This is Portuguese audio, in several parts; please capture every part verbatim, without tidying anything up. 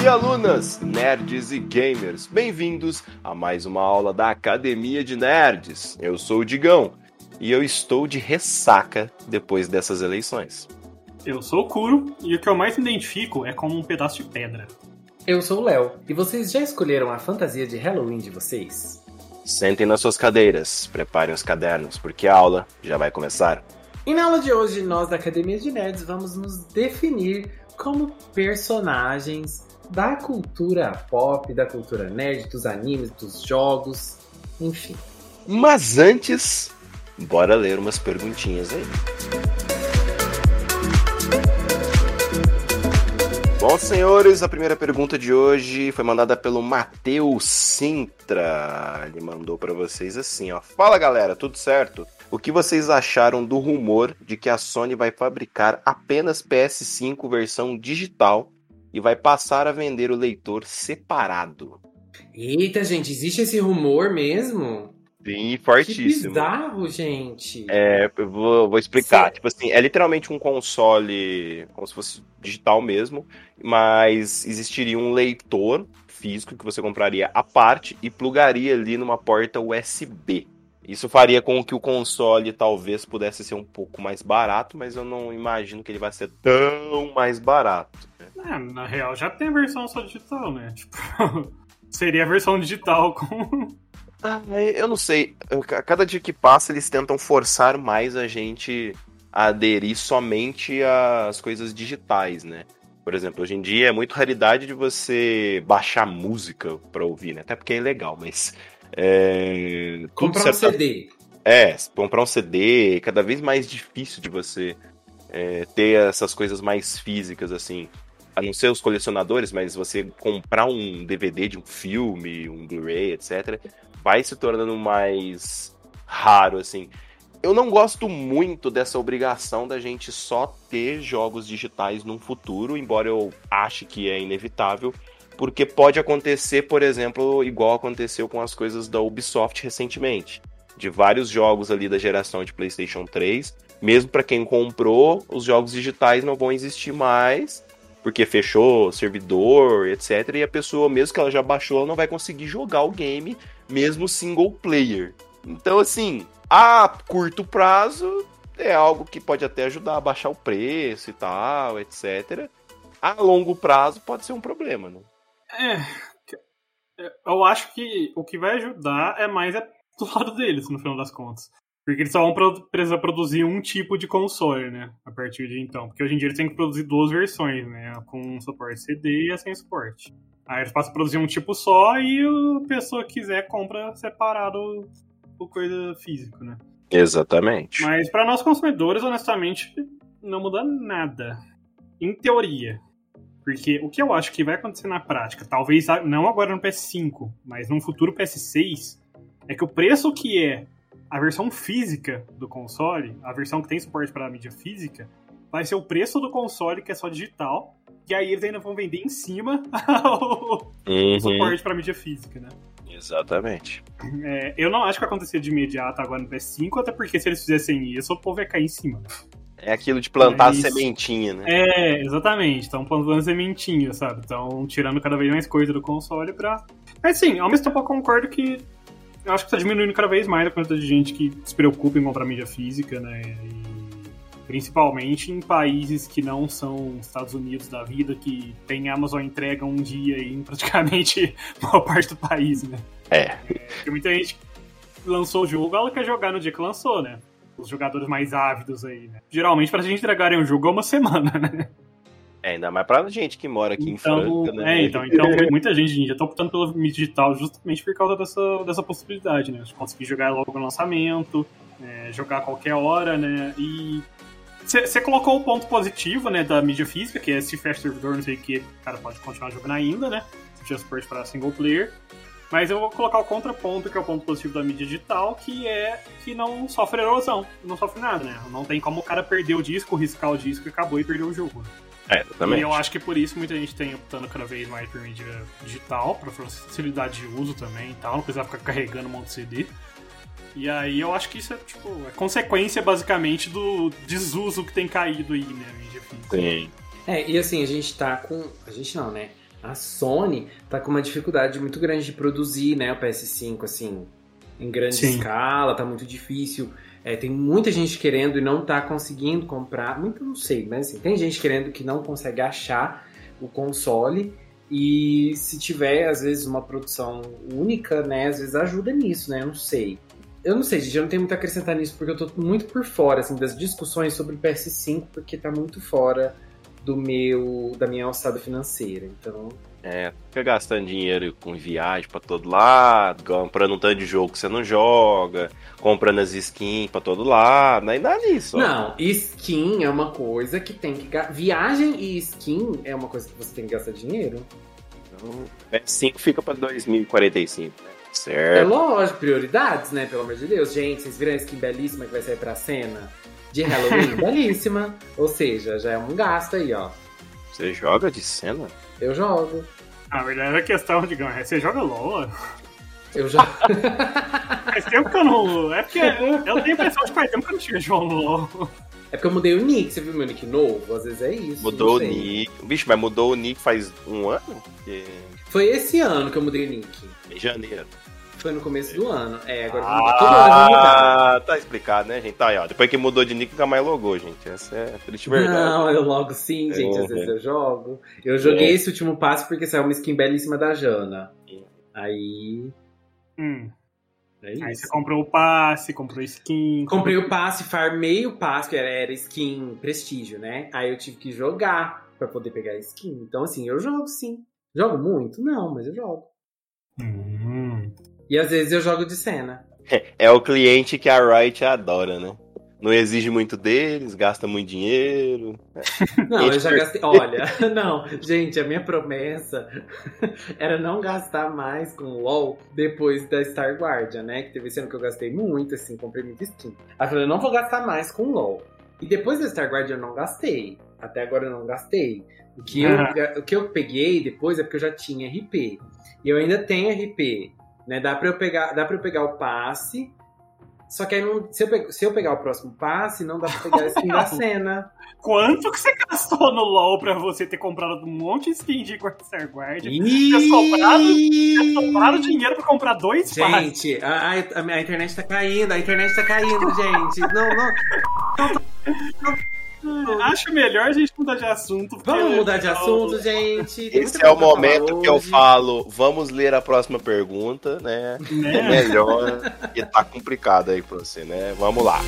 e alunas, nerds e gamers, bem-vindos a mais uma aula da Academia de Nerds. Eu sou o Digão e eu estou de ressaca depois dessas eleições. Eu sou o Kuro e o que eu mais me identifico é como um pedaço de pedra. Eu sou o Léo e vocês já escolheram a fantasia de Halloween de vocês? Sentem nas suas cadeiras, preparem os cadernos, porque a aula já vai começar. E na aula de hoje, nós da Academia de Nerds vamos nos definir como personagens da cultura pop, da cultura nerd, dos animes, dos jogos, enfim. Mas antes, bora ler umas perguntinhas aí. Bom, senhores, a primeira pergunta de hoje foi mandada pelo Matheus Sintra. Ele mandou pra vocês assim, ó. Fala, galera, tudo certo? O que vocês acharam do rumor de que a Sony vai fabricar apenas P S cinco versão digital e vai passar a vender o leitor separado? Eita, gente, existe esse rumor mesmo? Sim, Que fortíssimo. bizarro, gente. É, eu vou, vou explicar. Sim. Tipo assim, é literalmente um console, como se fosse digital mesmo, mas existiria um leitor físico que você compraria à parte e plugaria ali numa porta U S B. Isso faria com que o console talvez pudesse ser um pouco mais barato, mas eu não imagino que ele vai ser tão mais barato. Né? É, na real, já tem a versão só digital, né? Tipo, seria a versão digital com... Ah, eu não sei. A cada dia que passa, eles tentam forçar mais a gente a aderir somente às coisas digitais, né? Por exemplo, hoje em dia é muito raridade de você baixar música pra ouvir, né? Até porque é ilegal, mas... É... Comprar um C D. É, comprar um C D, cada vez mais difícil de você é, ter essas coisas mais físicas, assim. A não ser os colecionadores, mas você comprar um D V D de um filme, um Blu-ray, etcétera, vai se tornando mais raro, assim. Eu não gosto muito dessa obrigação da gente só ter jogos digitais num futuro, embora eu ache que é inevitável, porque pode acontecer, por exemplo, igual aconteceu com as coisas da Ubisoft recentemente. De vários jogos ali da geração de PlayStation três, mesmo para quem comprou, os jogos digitais não vão existir mais, porque fechou servidor, etcétera. E a pessoa, mesmo que ela já baixou, ela não vai conseguir jogar o game, mesmo single player. Então, assim, a curto prazo é algo que pode até ajudar a baixar o preço e tal, etcétera. A longo prazo pode ser um problema, né? É, eu acho que o que vai ajudar é mais é do lado deles, no final das contas. Porque eles só vão pro- precisar produzir um tipo de console, né? A partir de então. Porque hoje em dia eles têm que produzir duas versões, né? Com suporte C D e a sem suporte. Aí eles passam a produzir um tipo só e a pessoa que quiser compra separado o coisa físico, né? Exatamente. Mas para nós consumidores, honestamente, não muda nada. Em teoria. Porque o que eu acho que vai acontecer na prática, talvez não agora no P S cinco, mas num futuro P S seis, é que o preço que é a versão física do console, a versão que tem suporte para a mídia física, vai ser o preço do console que é só digital, que aí eles ainda vão vender em cima o Uhum. suporte para mídia física, né? Exatamente. É, eu não acho que vai acontecer de imediato agora no P S cinco, até porque se eles fizessem isso, o povo ia cair em cima. É aquilo de plantar Mas- a sementinha, né? É, exatamente. Estão plantando sementinha, sabe? Estão tirando cada vez mais coisa do console pra... Mas sim, ao mesmo tempo eu concordo que eu acho que tá diminuindo cada vez mais a quantidade de gente que se preocupa em comprar mídia física, né? E principalmente em países que não são Estados Unidos da vida, que tem Amazon entrega um dia em praticamente boa parte do país, né? É. Porque muita gente lançou o jogo, ela quer jogar no dia que lançou, né? Os jogadores mais ávidos aí, né? Geralmente, pra gente entregarem o jogo é uma semana, né? É, ainda mais pra gente que mora aqui Então, em Franca, né? é, então, então muita gente hoje em dia tá optando pelo mídia digital justamente por causa dessa, dessa possibilidade, né? De conseguir jogar logo no lançamento, é, jogar a qualquer hora, né? E você colocou o ponto positivo, né, da mídia física, que é se fecha servidor, não sei o que, o cara pode continuar jogando ainda, né? Se tiver suporte para single player. Mas eu vou colocar o contraponto, que é o ponto positivo da mídia digital, que é que não sofre erosão, não sofre nada, né? Não tem como o cara perder o disco, riscar o disco e acabou e perdeu o jogo. É, exatamente. E eu acho que por isso muita gente tem optando cada vez mais por mídia digital, para facilidade de uso também e tal, não precisar ficar carregando um monte de C D. E aí eu acho que isso é, tipo, é consequência, basicamente, do desuso que tem caído aí, né, a mídia física. Sim. É, e assim, a gente tá com... A gente não, né? A Sony tá com uma dificuldade muito grande de produzir, né, o P S cinco, assim, em grande Sim. escala, tá muito difícil. É, tem muita gente querendo e não tá conseguindo comprar. Muito não sei, mas assim, tem gente querendo que não consegue achar o console. E se tiver, às vezes, uma produção única, né, às vezes ajuda nisso, né, eu não sei. Eu não sei, gente, eu não tenho muito a acrescentar nisso, porque eu tô muito por fora, assim, das discussões sobre o P S cinco, porque tá muito fora do meu, da minha alçada financeira, então... É, fica gastando dinheiro com viagem pra todo lado, comprando um tanto de jogo que você não joga, comprando as skins pra todo lado, aí dá nisso. Ó. Não, skin é uma coisa que tem que... ga- Viagem e skin é uma coisa que você tem que gastar dinheiro. Então, o P S cinco fica pra dois mil e quarenta e cinco, né? É Certo. lógico, prioridades, né, pelo amor de Deus. Gente, vocês viram a skin belíssima que vai sair pra cena? De Halloween, belíssima. Ou seja, já é um gasto aí, ó. Você joga de cena? Eu jogo. Na verdade, a questão, digamos, é você joga LOL. Eu jogo. Faz tempo que eu não. É porque eu tenho a impressão de que faz tempo que eu não tinha jogo no LOL. É porque eu mudei o nick, você viu meu nick novo? Às vezes é isso. Mudou não o sei. nick. Bicho, mas mudou o nick faz um ano? Porque... Foi esse ano que eu mudei o nick. Em janeiro. Foi no começo do ano. É, agora vou mudar. Toda hora eu vou mudar. Ah, tá explicado, né, gente? Tá aí, ó. Depois que mudou de nick, nunca mais logou, gente. Essa é a triste verdade. Não, eu logo sim, gente. Às Uhum. vezes eu jogo. Eu joguei É. esse último passo porque saiu uma skin belíssima da Jana. Aí. Hum. É Aí isso. você comprou o passe, comprou skin. Comprei o passe, farmei o passe, que era, era skin prestígio, né? Aí eu tive que jogar pra poder pegar a skin. Então, assim, eu jogo sim. Jogo muito? Não, mas eu jogo. Hum. E às vezes eu jogo de cena. É o cliente que a Riot adora, né? Não exige muito deles, gasta muito dinheiro. Não, eu já gastei. Olha, não, gente, a minha promessa era não gastar mais com o LoL depois da Star Guardian, né? Que teve esse ano que eu gastei muito, assim, comprei muita skin. Aí eu falei, eu não vou gastar mais com o LoL. E depois da Star Guardian eu não gastei. Até agora eu não gastei. O que, eu, o que eu peguei depois é porque eu já tinha R P. E eu ainda tenho R P. Né? Dá pra eu pegar, dá pra eu pegar o passe. Só que aí, não, se, eu pe- se eu pegar o próximo passe, não dá pra pegar a skin da cena. Quanto que você gastou no LoL pra você ter comprado um monte de skin de Star Guard? Ih! Ter sobrado, ter sobrado dinheiro pra comprar dois passes. Gente, a, a, a internet tá caindo, a internet tá caindo, gente. Não, não. Acho melhor a gente mudar de assunto. porque- Vamos mudar de assunto, gente. Tem Esse muita é o coisa pra falar momento que eu hoje. falo, vamos ler a próxima pergunta, né? É Né? melhor, e tá complicado aí pra você, né? Vamos lá.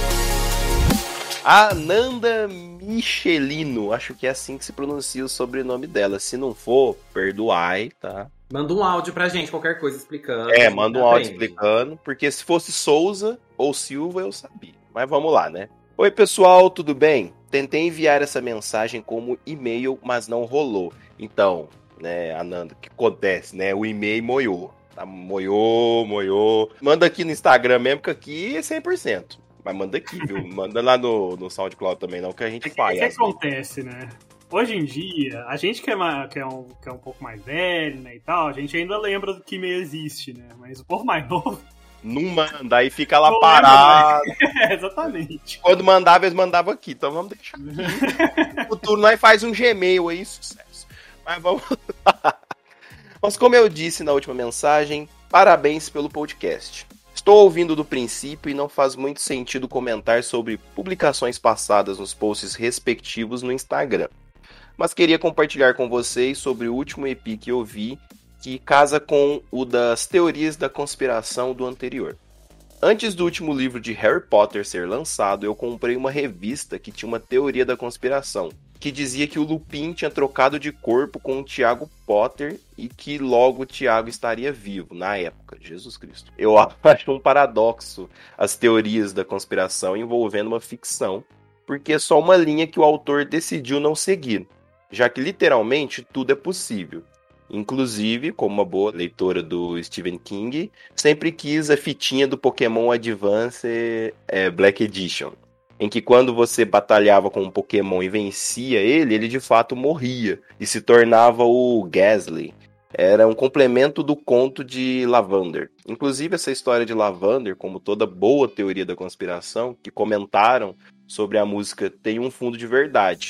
Ananda Michelino, acho que é assim que se pronuncia o sobrenome dela. Se não for, perdoai, tá? Manda um áudio pra gente, qualquer coisa explicando. É, a gente manda um áudio aprende. explicando, porque se fosse Souza ou Silva, eu sabia. Mas vamos lá, né? Oi, pessoal, tudo bem? Tentei enviar essa mensagem como e-mail, mas não rolou. Então, né, Ananda, o que acontece, né? O e-mail moiou. Tá? Moiou, moiou. Manda aqui no Instagram mesmo, que aqui é cem por cento. Mas manda aqui, viu? Manda lá no, no SoundCloud também, não, que a gente O que, faz. que acontece, né? Hoje em dia, a gente que é, ma- que, é um, que é um pouco mais velho, né, e tal, a gente ainda lembra do que e-mail existe, né? Mas o povo mais novo, Não manda, aí fica lá Não parado. é, exatamente. Quando mandava, eles mandavam aqui. Então vamos deixar aqui. No futuro nós faz um Gmail aí, sucesso. Mas vamos lá. Mas como eu disse na última mensagem, parabéns pelo podcast. Estou ouvindo do princípio e não faz muito sentido comentar sobre publicações passadas nos posts respectivos no Instagram. Mas queria compartilhar com vocês sobre o último E P que eu vi, que casa com o das teorias da conspiração do anterior. Antes do último livro de Harry Potter ser lançado, eu comprei uma revista que tinha uma teoria da conspiração, que dizia que o Lupin tinha trocado de corpo com o Tiago Potter e que logo o Tiago estaria vivo, na época, Jesus Cristo. Eu acho um paradoxo as teorias da conspiração envolvendo uma ficção, porque é só uma linha que o autor decidiu não seguir, já que literalmente tudo é possível. Inclusive, como uma boa leitora do Stephen King, sempre quis a fitinha do Pokémon Advance é, Black Edition, em que quando você batalhava com um Pokémon e vencia ele, ele de fato morria e se tornava o Gastly. Era um complemento do conto de Lavander. Inclusive, essa história de Lavander, como toda boa teoria da conspiração, que comentaram sobre a música, tem um fundo de verdade.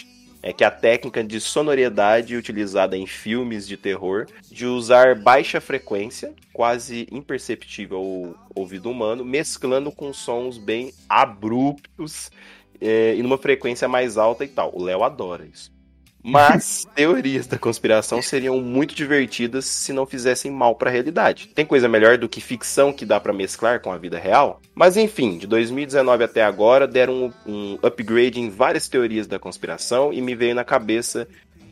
é que a técnica de sonoridade utilizada em filmes de terror, de usar baixa frequência, quase imperceptível ao ouvido humano, mesclando com sons bem abruptos é, e numa frequência mais alta e tal. O Léo adora isso. Mas teorias da conspiração seriam muito divertidas se não fizessem mal para a realidade. Tem coisa melhor do que ficção que dá para mesclar com a vida real? Mas enfim, de dois mil e dezenove até agora deram um, um upgrade em várias teorias da conspiração e me veio na cabeça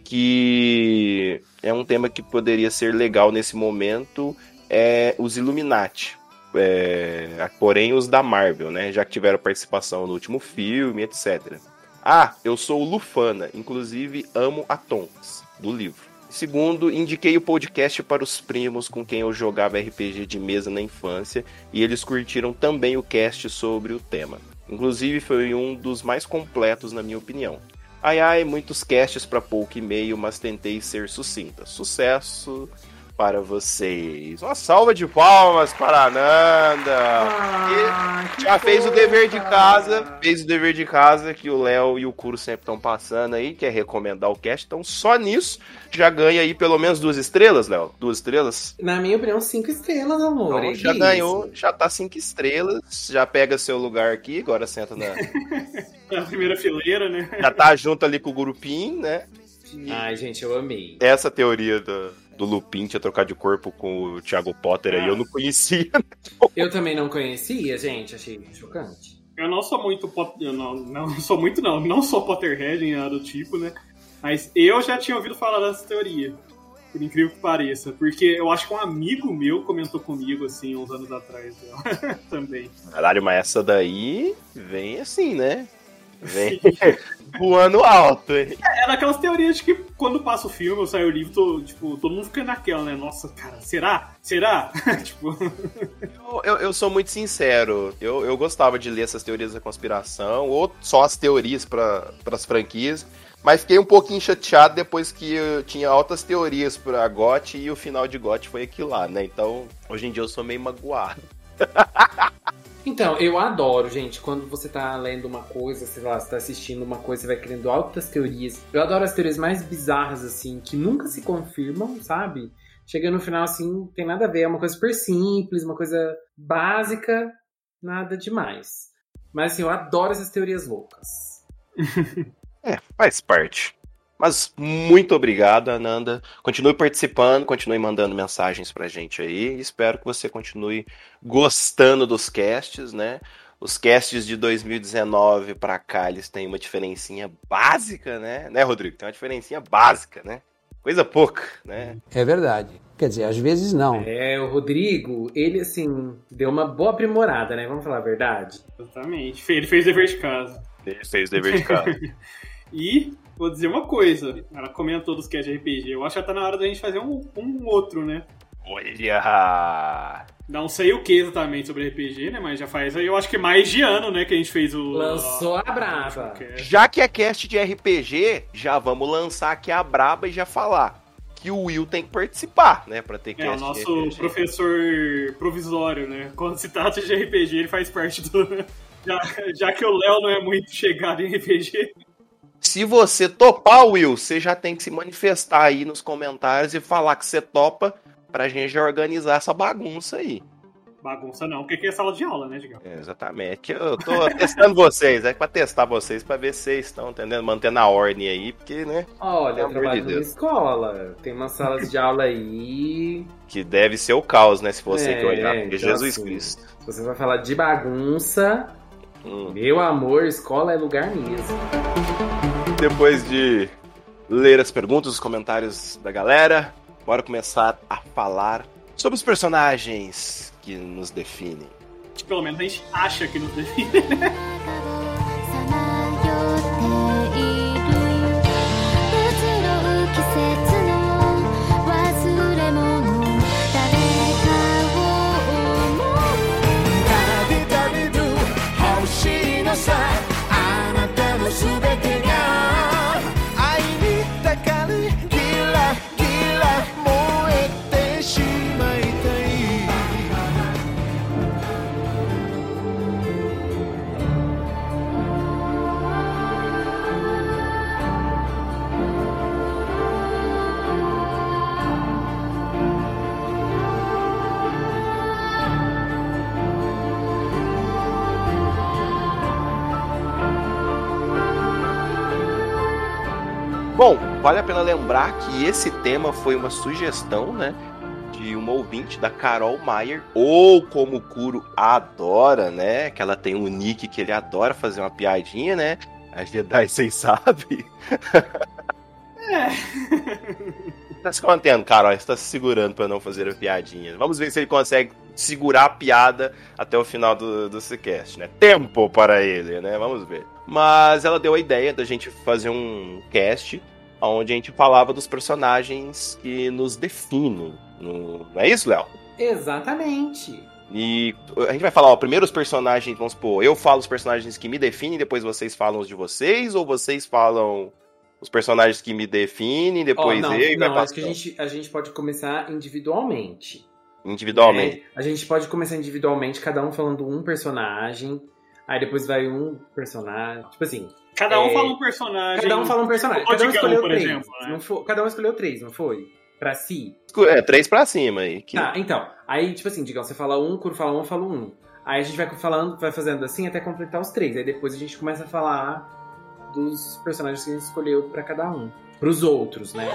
que é um tema que poderia ser legal nesse momento, é os Illuminati. É, porém os da Marvel, né? Já que tiveram participação no último filme, etcétera. Ah, eu sou o Lufana, inclusive amo a Tonks, do livro. Segundo, indiquei o podcast para os primos com quem eu jogava R P G de mesa na infância e eles curtiram também o cast sobre o tema. Inclusive foi um dos mais completos na minha opinião. Ai ai, muitos casts para pouco e-mail, mas tentei ser sucinta. Sucesso para vocês. Uma salva de palmas para a Nanda. Ah, que já fez o dever de casa. Fez o dever de casa que o Léo e o Kuro sempre estão passando aí, que é recomendar o cast. Então só nisso já ganha aí pelo menos duas estrelas, Léo. Duas estrelas? Na minha opinião, cinco estrelas, amor. Então, é já isso. ganhou, já tá cinco estrelas. Já pega seu lugar aqui, agora senta na... Na primeira fileira, né? Já tá junto ali com o grupinho, né? E Ai, gente, eu amei. essa teoria do, do Lupin tinha trocado de corpo com o Thiago Potter aí, Ah. eu não conhecia. Eu também não conhecia, gente, achei chocante. Eu não sou muito. pot- Eu não, não sou muito, não. Não sou Potterhead nem nada do tipo, né? Mas eu já tinha ouvido falar dessa teoria. Por incrível que pareça. Porque eu acho que um amigo meu comentou comigo, assim, uns anos atrás. Também. Caralho, mas essa daí vem assim, né? Vem voando alto, hein? É daquelas teorias de que quando passa o filme ou sai o livro, tô, tipo, todo mundo fica naquela, né? Nossa, cara, será? Será? tipo. Eu, eu, eu sou muito sincero, eu, eu gostava de ler essas teorias da conspiração, ou só as teorias para as franquias, mas fiquei um pouquinho chateado depois que eu tinha altas teorias pra G O T e o final de G O T foi aquilo lá, né? Então, hoje em dia eu sou meio magoado. Então, eu adoro, gente, quando você tá lendo uma coisa, sei lá, você tá assistindo uma coisa, você vai criando altas teorias. Eu adoro as teorias mais bizarras, assim, que nunca se confirmam, sabe? Chega no final, assim, não tem nada a ver, é uma coisa super simples, uma coisa básica, nada demais. Mas, assim, eu adoro essas teorias loucas. É, faz parte. Mas muito obrigado, Ananda. Continue participando, continue mandando mensagens pra gente aí. Espero que você continue gostando dos casts, né? Os casts de dois mil e dezenove pra cá, eles têm uma diferencinha básica, né? Né, Rodrigo? Tem uma diferencinha básica, né? Coisa pouca, né? É verdade. Quer dizer, às vezes não. É, o Rodrigo, ele, assim, deu uma boa aprimorada, né? Vamos falar a verdade? Exatamente. Ele fez dever de casa. Ele fez o dever de casa. E vou dizer uma coisa. Ela comentou dos cast de R P G. Eu acho que já tá na hora da gente fazer um, um outro, né? Olha! Não sei o que exatamente sobre R P G, né? Mas já faz aí, eu acho que mais de ano, né? Que a gente fez o... Lançou a brava. Já que é cast de R P G, já vamos lançar aqui a braba e já falar que o Will tem que participar, né? Pra ter É, cast o nosso de R P G. professor provisório, né? Quando se trata de R P G, ele faz parte do... Já, já que o Léo não é muito chegado em R P G... Se você topar, Will, você já tem que se manifestar aí nos comentários e falar que você topa pra gente já organizar essa bagunça aí. Bagunça não, porque aqui é sala de aula, né, Digão? É, exatamente. Eu tô testando vocês, é pra testar vocês, pra ver se vocês estão entendendo, mantendo a ordem aí, porque, né, Olha, Pelo eu amor trabalho de numa Deus. escola, tem umas salas de aula aí. que deve ser o caos, né, se você É, que olhar, porque então, Jesus assim, Cristo. Se você vai falar de bagunça, Hum. meu amor, escola é lugar mesmo. Depois de ler as perguntas, os comentários da galera, bora começar a falar sobre os personagens que nos definem. Pelo menos a gente acha que nos define. さまよっている移ろう季節の忘れ物誰かを思うダディダディドゥ欲しいのさあなたのすべてが愛にたかりギラギラ燃えてしまいたい Bom, vale a pena lembrar que esse tema foi uma sugestão, né, de uma ouvinte, da Carol Maier, ou como o Kuro adora, né, que ela tem um nick que ele adora fazer uma piadinha, né, a Jedi, vocês sabem. É. Tá se contendo, Carol, você tá se segurando pra não fazer a piadinha. Vamos ver se ele consegue segurar a piada até o final do, do Seacast, né? Tempo para ele, né? Vamos ver. Mas ela deu a ideia da gente fazer um cast onde a gente falava dos personagens que nos definem. Não é isso, Léo? Exatamente. E a gente vai falar, ó, primeiro os personagens, vamos supor, eu falo os personagens que me definem, depois vocês falam os de vocês, ou vocês falam os personagens que me definem, depois oh, não, eu e não, vai acho que a gente, a gente pode começar individualmente. Individualmente. É, a gente pode começar individualmente, cada um falando um personagem, aí depois vai um personagem, tipo assim... Cada um é, fala um personagem. Cada um fala um personagem. Tipo, Cada um escolheu por três. exemplo, né? Não foi, cada um escolheu três, não foi? Pra si. É, três pra cima aí. Que... Tá, então. Aí, tipo assim, digam, você fala um, o Kuro fala um, eu falo um. Aí a gente vai falando, vai fazendo assim até completar os três. Aí depois a gente começa a falar dos personagens que a gente escolheu pra cada um. Pros outros, né?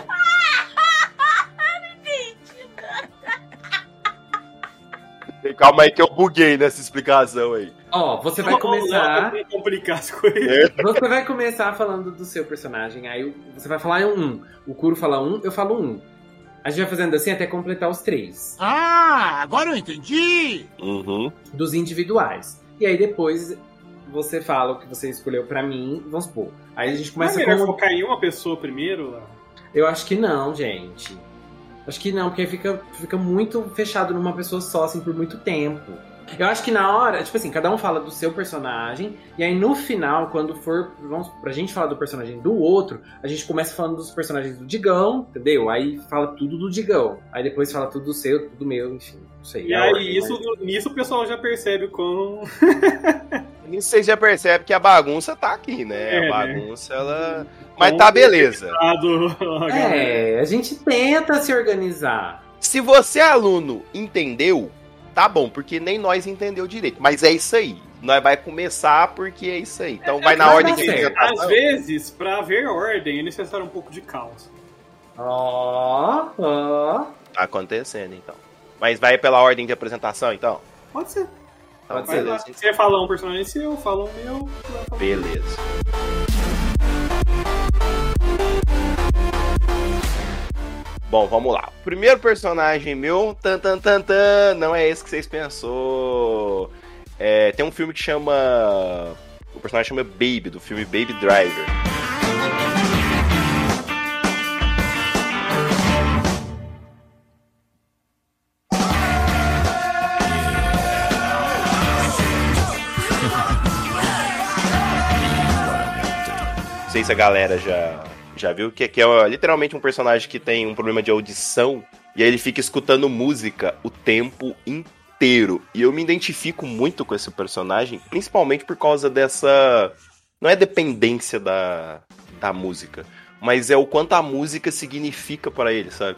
Calma aí que eu buguei nessa explicação aí. Ó, você vai começar... Não complicar as coisas. Você vai começar falando do seu personagem. Aí você vai falar um. O Kuro fala um, eu falo um. A gente vai fazendo assim até completar os três. Ah, agora eu entendi! Uhum. Dos individuais. E aí depois você fala o que você escolheu pra mim, vamos supor. Aí a gente começa Não é melhor com... focar em uma pessoa primeiro, Léo? Eu acho que não, gente. Acho que não, porque aí fica, fica muito fechado numa pessoa só, assim, por muito tempo. Eu acho que na hora, tipo assim, cada um fala do seu personagem, e aí no final, quando for, vamos, pra gente falar do personagem do outro, a gente começa falando dos personagens do Digão, entendeu? Aí fala tudo do Digão. Aí depois fala tudo do seu, tudo do meu, enfim, não sei. E É aí, ordem, isso, mas... nisso o pessoal já percebe como... Nisso vocês já percebem que a bagunça tá aqui, né? É, a bagunça, né? ela... Mas tá beleza. É, a gente tenta se organizar. Se você, aluno, entendeu, tá bom, porque nem nós entendeu direito. Mas é isso aí. Nós vai começar porque é isso aí. Então É, vai na vai ordem dar de certo. apresentação. Às vezes, pra haver ordem, é necessário um pouco de caos. Ó, ó. Tá acontecendo, então. Mas vai pela ordem de apresentação, então? Pode ser. Então, Pode ser. beleza. Você fala um personagem seu, fala um meu... fala um- Beleza. Bom, vamos lá. O primeiro personagem meu, tan, tan, tan, tan, não é esse que vocês pensou. É, tem um filme que chama... O personagem chama Baby, do filme Baby Driver. Não sei se a galera já... Já viu? Que, que é literalmente um personagem que tem um problema de audição e aí ele fica escutando música o tempo inteiro. E eu me identifico muito com esse personagem, principalmente por causa dessa... Não é dependência da, da música, mas é o quanto a música significa para ele, sabe?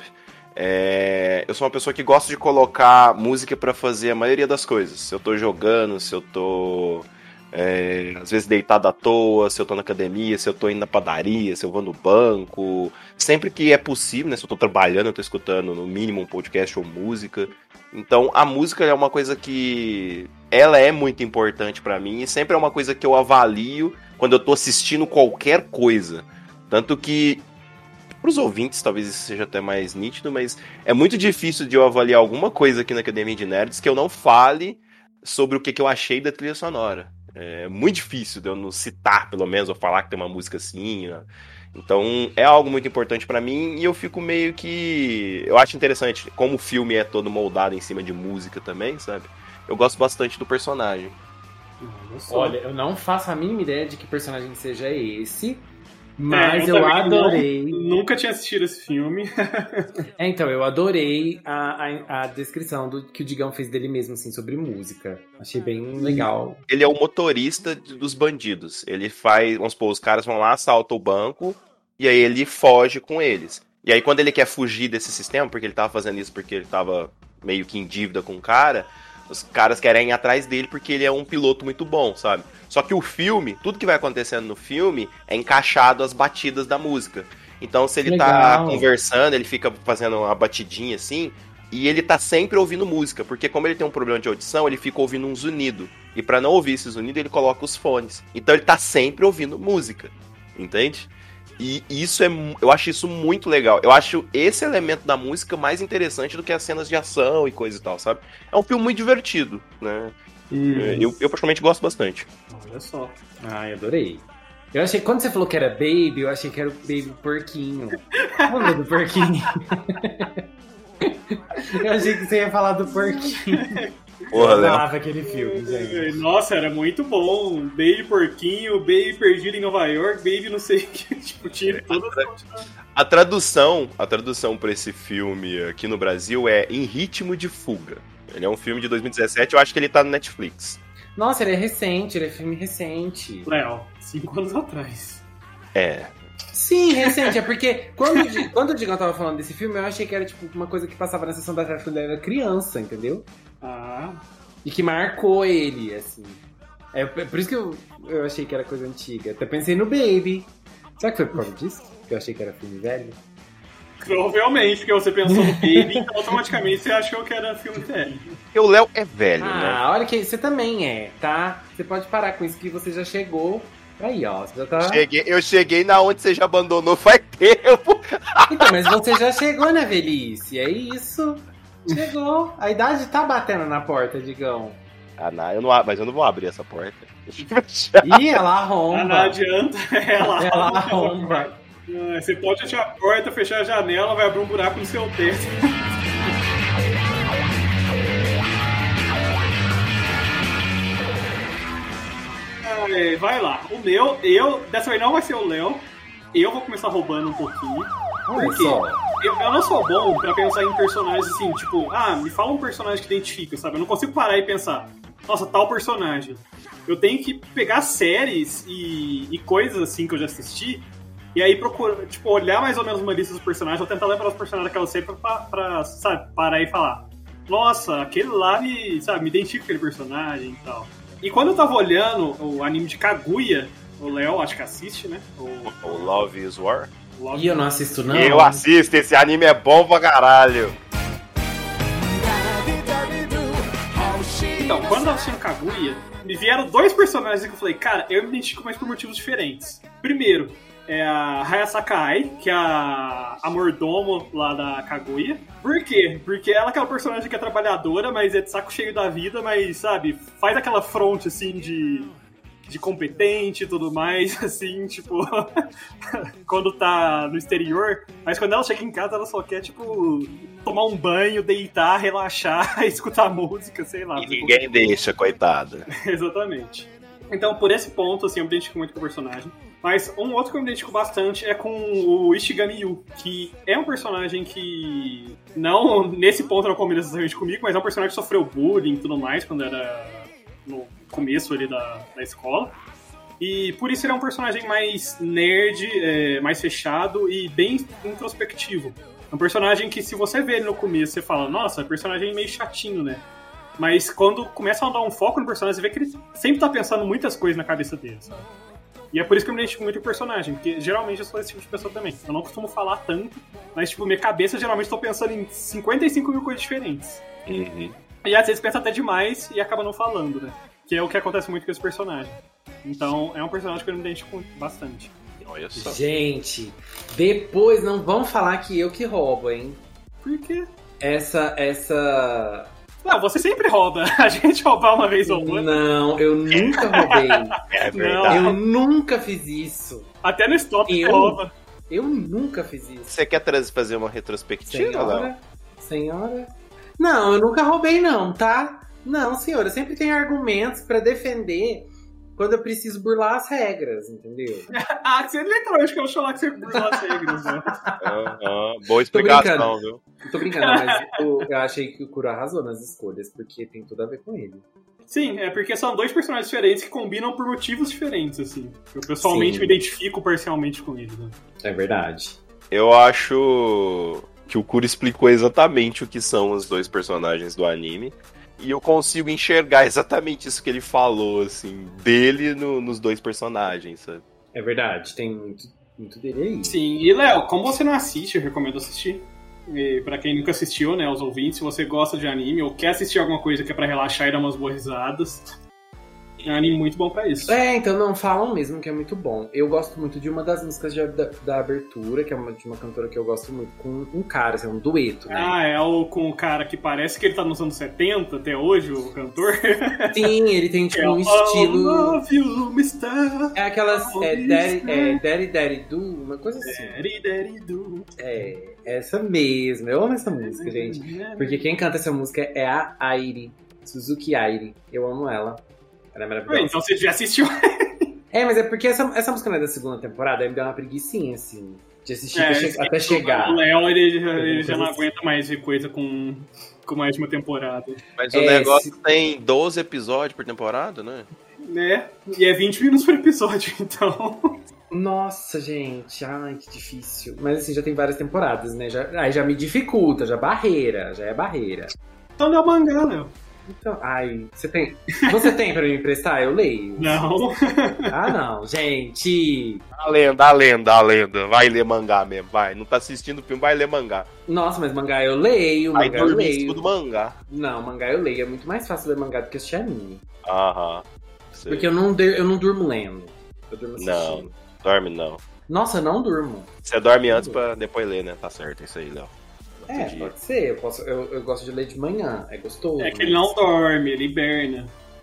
É, eu sou uma pessoa que gosta de colocar música pra fazer a maioria das coisas. Se eu tô jogando, se eu tô... É, às vezes deitado à toa, se eu tô na academia, se eu tô indo na padaria, se eu vou no banco, sempre que é possível, né? Se eu tô trabalhando, eu tô escutando no mínimo um podcast ou música. Então a música é uma coisa que ela é muito importante pra mim e sempre é uma coisa que eu avalio quando eu tô assistindo qualquer coisa. Tanto que pros ouvintes talvez isso seja até mais nítido, mas é muito difícil de eu avaliar alguma coisa aqui na Academia de Nerds que eu não fale sobre o que, que eu achei da trilha sonora. É muito difícil de eu não citar, pelo menos, ou falar que tem uma música assim, né? Então, é algo muito importante pra mim e eu fico meio que... Eu acho interessante, como o filme é todo moldado em cima de música também, sabe? Eu gosto bastante do personagem. Olha, eu não faço a mínima ideia de que personagem seja esse, mas É, eu, também adorei. não- nunca tinha assistido esse filme. É, então, eu adorei a, a, a descrição do que o Digão fez dele mesmo, assim, sobre música. Achei bem legal. Ele é o motorista de- dos bandidos. Ele faz... Vamos supor, os caras vão lá, assaltam o banco e aí ele foge com eles. E aí quando ele quer fugir desse sistema, porque ele tava fazendo isso porque ele tava meio que em dívida com o cara... Os caras querem ir atrás dele porque ele é um piloto muito bom, sabe? Só que o filme, tudo que vai acontecendo no filme é encaixado às batidas da música. Então, se ele Legal. tá conversando, ele fica fazendo uma batidinha assim, e ele tá sempre ouvindo música, porque como ele tem um problema de audição, ele fica ouvindo um zunido. E pra não ouvir esse zunido, ele coloca os fones. Então ele tá sempre ouvindo música, entende? E isso é, eu acho isso muito legal. Eu acho esse elemento da música mais interessante do que as cenas de ação e coisa e tal, sabe? É um filme muito divertido, né? Hum. Eu, eu particularmente gosto bastante. Olha só. Ai, adorei. Eu achei, quando você falou que era Baby, eu achei que era o Baby Porquinho. O nome do porquinho. Eu achei que você ia falar do porquinho. Porra, Eu Léo. amava aquele filme, gente. Nossa, era muito bom. Baby Porquinho, Baby Perdido em Nova York, Baby não sei o que. Tipo, tinha todas as... A tradução, a tradução pra esse filme aqui no Brasil é Em Ritmo de Fuga. Ele é um filme de dois mil e dezessete, eu acho que ele tá no Netflix. Nossa, ele é recente, ele é filme recente. Léo, cinco anos atrás. É. Sim, recente. É porque quando, o Di- quando o Digão tava falando desse filme, eu achei que era tipo uma coisa que passava na sessão da tarde quando ele era criança, entendeu? Ah, E que marcou ele, assim. É por isso que eu, eu achei que era coisa antiga. Até pensei no Baby. Será que foi por causa disso? Que eu achei que era filme velho? provavelmente, porque você pensou no Baby, então automaticamente você achou que era filme velho. Porque o Léo é velho, né? Ah, olha que você também é, tá? Você pode parar com isso que você já chegou. Aí, ó, você já tá... Cheguei, eu cheguei na onde você já abandonou faz tempo. Então, mas você já chegou na velhice, é isso. Chegou. A idade tá batendo na porta, Digão. Ah, não, eu não, ab- mas eu não vou abrir essa porta. Deixa eu fechar. Ih, ela Ah, não arromba. adianta, ela, Ela arromba. Ah, Você pode fechar a porta, fechar a janela, vai abrir um buraco no seu teto. Ai, vai lá. O meu, eu, dessa vez não vai ser o Léo. Eu vou começar roubando um pouquinho. Olha Por quê? só. Eu, eu não sou bom pra pensar em personagens assim, tipo, ah, me fala um personagem que identifica, sabe? Eu não consigo parar e pensar, nossa, tal personagem. Eu tenho que pegar séries e, e coisas assim que eu já assisti, e aí procurar, tipo, olhar mais ou menos uma lista dos personagens, ou tentar lembrar os personagens daquela série pra, pra, sabe, parar e falar, nossa, aquele lá me, sabe, me identifica com aquele personagem e tal. E quando eu tava olhando o anime de Kaguya, o Léo, acho que assiste, né? O, O Love is War? Love- E eu não assisto, não. Eu assisto, esse anime é bom pra caralho. Então, quando eu tava assistindo Kaguya, me vieram dois personagens que eu falei, cara, eu me identifico mais por motivos diferentes. Primeiro, é a Hayasaka Ai, que é a, a mordomo lá da Kaguya. Por quê? Porque ela é aquela personagem que é trabalhadora, mas é de saco cheio da vida, mas, sabe, faz aquela fronte, assim, de... de competente e tudo mais, assim, tipo, quando tá no exterior, mas quando ela chega em casa, ela só quer, tipo, tomar um banho, deitar, relaxar, escutar música, sei lá. E ninguém deixa, coitada. Exatamente. Então, por esse ponto, assim, eu me identifico muito com o personagem. Mas um outro que eu me identifico bastante é com o Ishigami Yu, que é um personagem que, não, nesse ponto não combina necessariamente comigo, mas é um personagem que sofreu bullying e tudo mais quando era no começo ali da, da escola. E por isso ele é um personagem mais nerd, é, mais fechado e bem introspectivo. É um personagem que, se você vê ele no começo, você fala, nossa, é um personagem meio chatinho, né? Mas quando começa a dar um foco no personagem, você vê que ele sempre tá pensando muitas coisas na cabeça dele, sabe? E é por isso que eu me identifico muito com o personagem, porque geralmente eu sou esse tipo de pessoa também. Eu não costumo falar tanto, mas, tipo, minha cabeça geralmente tô pensando em cinquenta e cinco mil coisas diferentes. Uhum. E às vezes pensa até demais e acaba não falando, né? Que é o que acontece muito com esse personagem. Então, é um personagem que eu me identifico bastante. Olha só. Gente, depois não vão falar que eu que roubo, hein? Por quê? Essa, essa... Ah, você sempre rouba. A gente roubar uma vez ou outra. Não, eu nunca roubei. É verdade. Eu nunca fiz isso. Até no stop você Eu? rouba. Eu nunca fiz isso. Você quer trazer, fazer uma retrospectiva, Léo? Senhora? Senhora? Não, eu nunca roubei não, tá? Não, senhora, eu sempre tenho argumentos pra defender quando eu preciso burlar as regras, entendeu? Ah, você literalmente que eu falar que você burla as regras, né? Aham. Boa explicação, brincando. viu? Tô brincando, mas eu, eu achei que o Kuro arrasou nas escolhas, porque tem tudo a ver com ele. Sim, é porque são dois personagens diferentes que combinam por motivos diferentes, assim. Eu pessoalmente Sim. me identifico parcialmente com eles, né? É verdade. Eu acho que o Kuro explicou exatamente o que são os dois personagens do anime. E eu consigo enxergar exatamente isso que ele falou, assim, dele no- nos dois personagens, sabe? É verdade, tem muito, Muito dele aí. Sim, e Léo, como você não assiste, eu recomendo assistir. E pra quem nunca assistiu, né, os ouvintes, se você gosta de anime ou quer assistir alguma coisa que é pra relaxar e dar umas boas risadas, é um anime muito bom pra isso. É, então não falam mesmo que é muito bom. Eu gosto muito de uma das músicas de- da, da abertura, que é uma, de uma cantora que eu gosto muito, com um cara, assim, é um dueto, né? Ah, é o com o cara que parece que ele tá nos anos setenta até hoje, o cantor. Sim, ele tem tipo É um o estilo. Love you, mister. É aquelas. É, Oh, daddy, mister. é Daddy Daddy Do, uma coisa assim. Daddy, daddy, do. É, essa mesmo. Eu amo essa música, gente. Porque quem canta essa música é a Airi, Suzuki Airi. Eu amo ela. Ela é Ué, maravilhosa. então você já assistiu. É, mas é porque essa, essa música não é da segunda temporada, aí me deu uma preguicinha, assim, de assistir É, até, che- sim, até chegar. O Léo, ele, já- ele já coisa não assim. aguenta mais ver coisa com, com mais de uma temporada. Mas o É, negócio se- tem doze episódios por temporada, né? Né? E é vinte minutos por episódio, então. Nossa, gente, ai, que difícil. Mas assim, já tem várias temporadas, né? Já, aí já me dificulta, já barreira, já é barreira. Então lê o mangá, Léo. Então, ai, você tem. Você tem pra me emprestar? Eu leio. Não. Ah, não, gente. A lenda, a lenda, a lenda. Vai ler mangá mesmo, vai. Não tá assistindo o filme, vai ler mangá. Nossa, mas mangá eu leio, Vai mangá eu dormir em leio. cima do mangá. Não, mangá eu leio. É muito mais fácil ler mangá do que assistir anime. Aham. Sei. Porque eu não, de- eu não durmo lendo. Eu durmo assistindo. Não, dorme não. Nossa, eu não durmo. Você dorme antes pra depois ler, né? Tá certo, isso aí, Léo. É, Entendi. pode ser. Eu, posso, eu, eu gosto de ler de manhã. É gostoso. É que ele não dorme, ele hiberna.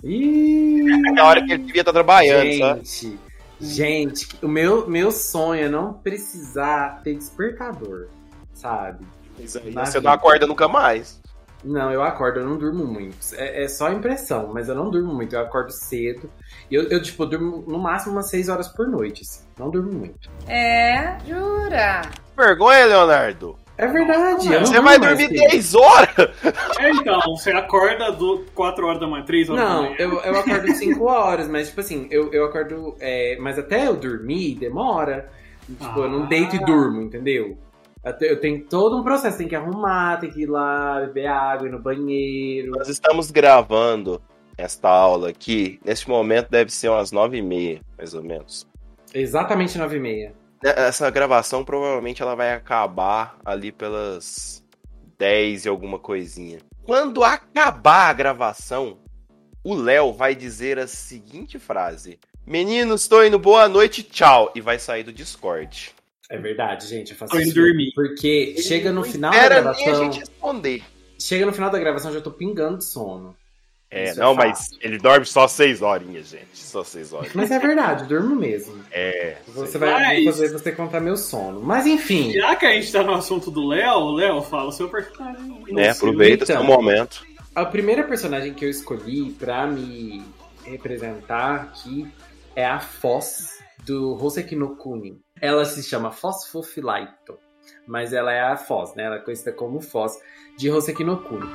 Ih, É na hora que ele devia estar trabalhando, sabe? gente, gente, o meu, meu sonho é não precisar ter despertador, sabe? Isso aí, Na você vida. não acorda nunca mais. Não, eu acordo, eu não durmo muito. É, é só impressão, mas eu não durmo muito. Eu acordo cedo. E eu, eu, tipo, durmo no máximo umas seis horas por noite, assim. Não durmo muito. É, jura? Vergonha, Leonardo. É verdade. eu não Você durmo vai mais dormir cedo. dez horas? É, então, você acorda do quatro horas da manhã, três horas da Não, manhã. eu, eu acordo cinco horas, mas tipo assim, eu, eu acordo. É, mas até eu dormir demora. Tipo, eu não Ah. deito e durmo, entendeu? Até- Eu tenho todo um processo, tem que arrumar, tem que ir lá, beber água, ir no banheiro. Nós estamos gravando esta aula aqui. Neste momento deve ser umas nove e meia, mais ou menos. Exatamente nove e meia. Essa gravação provavelmente ela vai acabar ali pelas dez e alguma coisinha. Quando acabar a gravação, o Léo vai dizer a seguinte frase: Meninos, estou indo, boa noite, tchau. E vai sair do Discord. É verdade, gente, eu faço Tô indo isso. dormir. Porque chega no Não final da espera nem a gravação. gente responder. Chega no final da gravação, eu já tô pingando de sono. É, Isso não, é mas fato. ele dorme só seis horinhas, gente. Só seis horas. Mas é verdade, eu durmo mesmo. É. Você sei. vai Mas- fazer você contar meu sono. Mas enfim. Já que a gente tá no assunto do Léo, Léo, fala o seu personagem. Né, Não sei. aproveita Então. esse momento. A primeira personagem que eu escolhi pra me representar aqui é a Foz do Hoseki no Kuni. Ela se chama Fosfofilaito, mas ela é a Foz, né? Ela é conhecida como Foz de Hoseki no Kuni.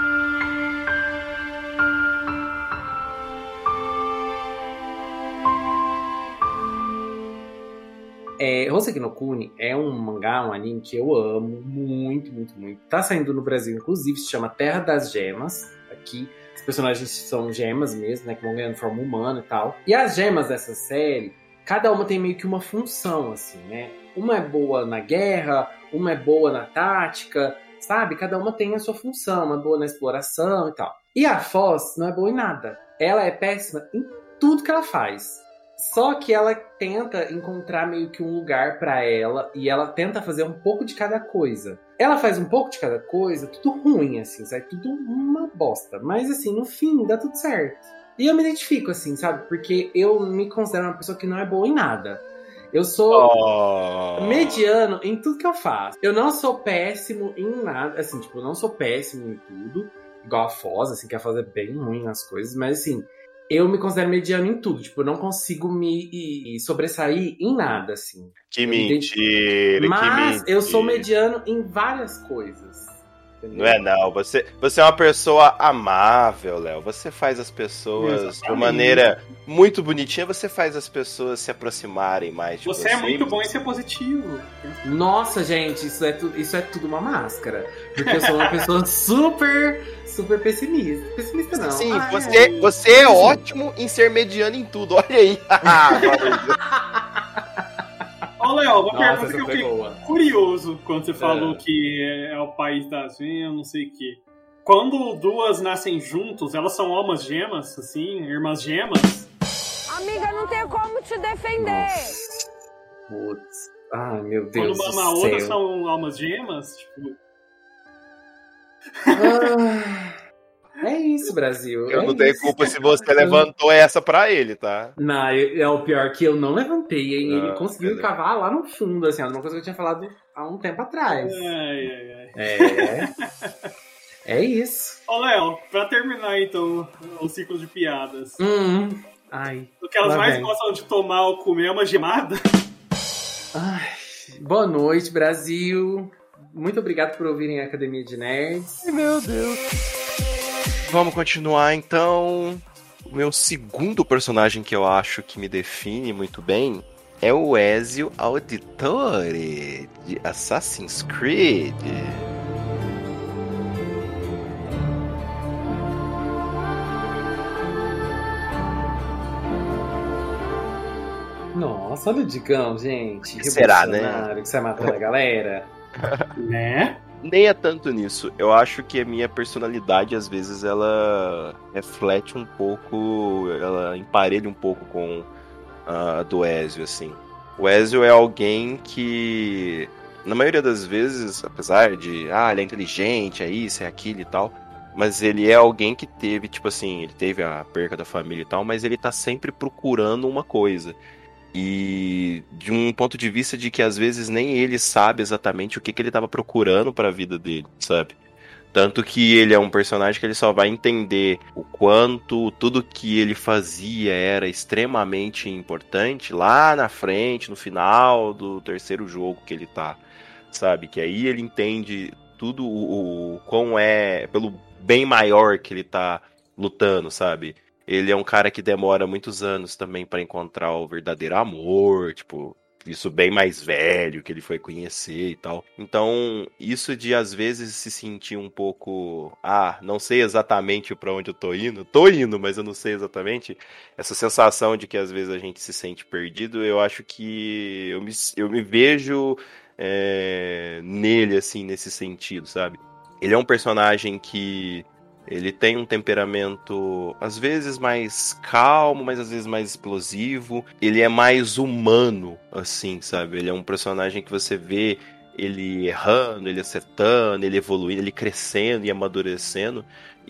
É, Hoseki no Kuni é um mangá, um anime que eu amo muito, muito, muito. Tá saindo no Brasil, inclusive, se chama Terra das Gemas. Aqui, os personagens são gemas mesmo, né? Que vão ganhando forma humana e tal. E as gemas dessa série, cada uma tem meio que uma função, assim, né? Uma é boa na guerra, uma é boa na tática, sabe? Cada uma tem a sua função, uma é boa na exploração e tal. E a Foz não é boa em nada. Ela é péssima em tudo que ela faz. Só que ela tenta encontrar meio que um lugar pra ela e ela tenta fazer um pouco de cada coisa. Ela faz um pouco de cada coisa, tudo ruim, assim, sabe? Tudo uma bosta. Mas, assim, no fim, dá tudo certo. E eu me identifico, assim, sabe? Porque eu me considero uma pessoa que não é boa em nada. Eu sou Oh. mediano em tudo que eu faço. Eu não sou péssimo em nada, assim, tipo, eu não sou péssimo em tudo. Igual a Foz, assim, que a Foz é bem ruim nas coisas. Mas, assim, eu me considero mediano em tudo. Tipo, eu não consigo me e- e sobressair em nada, assim. Que Eu me mentira, Mas que mentira. eu sou mediano em várias coisas. Entendeu? Não é não, você, você é uma pessoa amável, Léo. Você faz as pessoas de Exatamente. uma maneira muito bonitinha, você faz as pessoas se aproximarem mais de você. Você é muito bom em ser positivo. Nossa, gente, isso é, tu, isso é tudo uma máscara. Porque eu sou uma pessoa super, super pessimista. Pessimista não. Sim, Ah, você, é. você é ótimo em ser mediano em tudo. Olha aí. Ô, Léo, uma Nossa, pergunta essa que eu foi fiquei boa. curioso quando você falou É. que é, é o país das gemas, não sei o quê. Quando duas nascem juntos, elas são almas gemas, assim, irmãs gemas? Amiga, não tem como te defender. Putz. Ai, meu Quando Deus uma do na outra céu. são almas gemas? Tipo, Ah, é isso, Brasil. Eu é não tenho isso. culpa se você levantou essa pra ele, tá? Não, é o pior que eu não levantei, hein? Ele Ah, conseguiu beleza. cavar lá no fundo, assim, uma coisa que eu tinha falado há um tempo atrás. ai, ai, ai. É. É isso. Ô, Léo, pra terminar, então, o ciclo de piadas. Hum. Ai. O que elas Lá mais vem. gostam de tomar ou comer é uma gemada? Ai. Boa noite, Brasil. Muito obrigado por ouvirem a Academia de Nerds. Meu Deus. Vamos continuar então. O meu segundo personagem que eu acho que me define muito bem é o Ezio Auditore de Assassin's Creed. Nossa, olha o Digão, gente. Que será, né? Revolucionário, que sai matando a galera. Né? Nem é tanto nisso. Eu acho que a minha personalidade, às vezes, ela reflete um pouco, ela emparelha um pouco com a do Ezio, assim. O Ezio é alguém que, na maioria das vezes, apesar de, ah, ele é inteligente, é isso, é aquilo e tal, mas ele é alguém que teve, tipo assim, ele teve a perca da família e tal, mas ele tá sempre procurando uma coisa. E de um ponto de vista de que às vezes nem ele sabe exatamente o que, que ele estava procurando para a vida dele, sabe? Tanto que ele é um personagem que ele só vai entender o quanto tudo que ele fazia era extremamente importante lá na frente, no final do terceiro jogo que ele tá, sabe? Que aí ele entende tudo o, o quão é pelo bem maior que ele tá lutando, sabe? Ele é um cara que demora muitos anos também pra encontrar o verdadeiro amor, tipo, isso bem mais velho que ele foi conhecer e tal. Então, isso de às vezes se sentir um pouco, ah, não sei exatamente pra onde eu tô indo, tô indo, mas eu não sei exatamente, essa sensação de que às vezes a gente se sente perdido, eu acho que eu me, eu me vejo é, nele, assim, nesse sentido, sabe? Ele é um personagem que ele tem um temperamento, às vezes, mais calmo, mas às vezes mais explosivo. Ele é mais humano, assim, sabe? Ele é um personagem que você vê ele errando, ele acertando, ele evoluindo, ele crescendo e amadurecendo.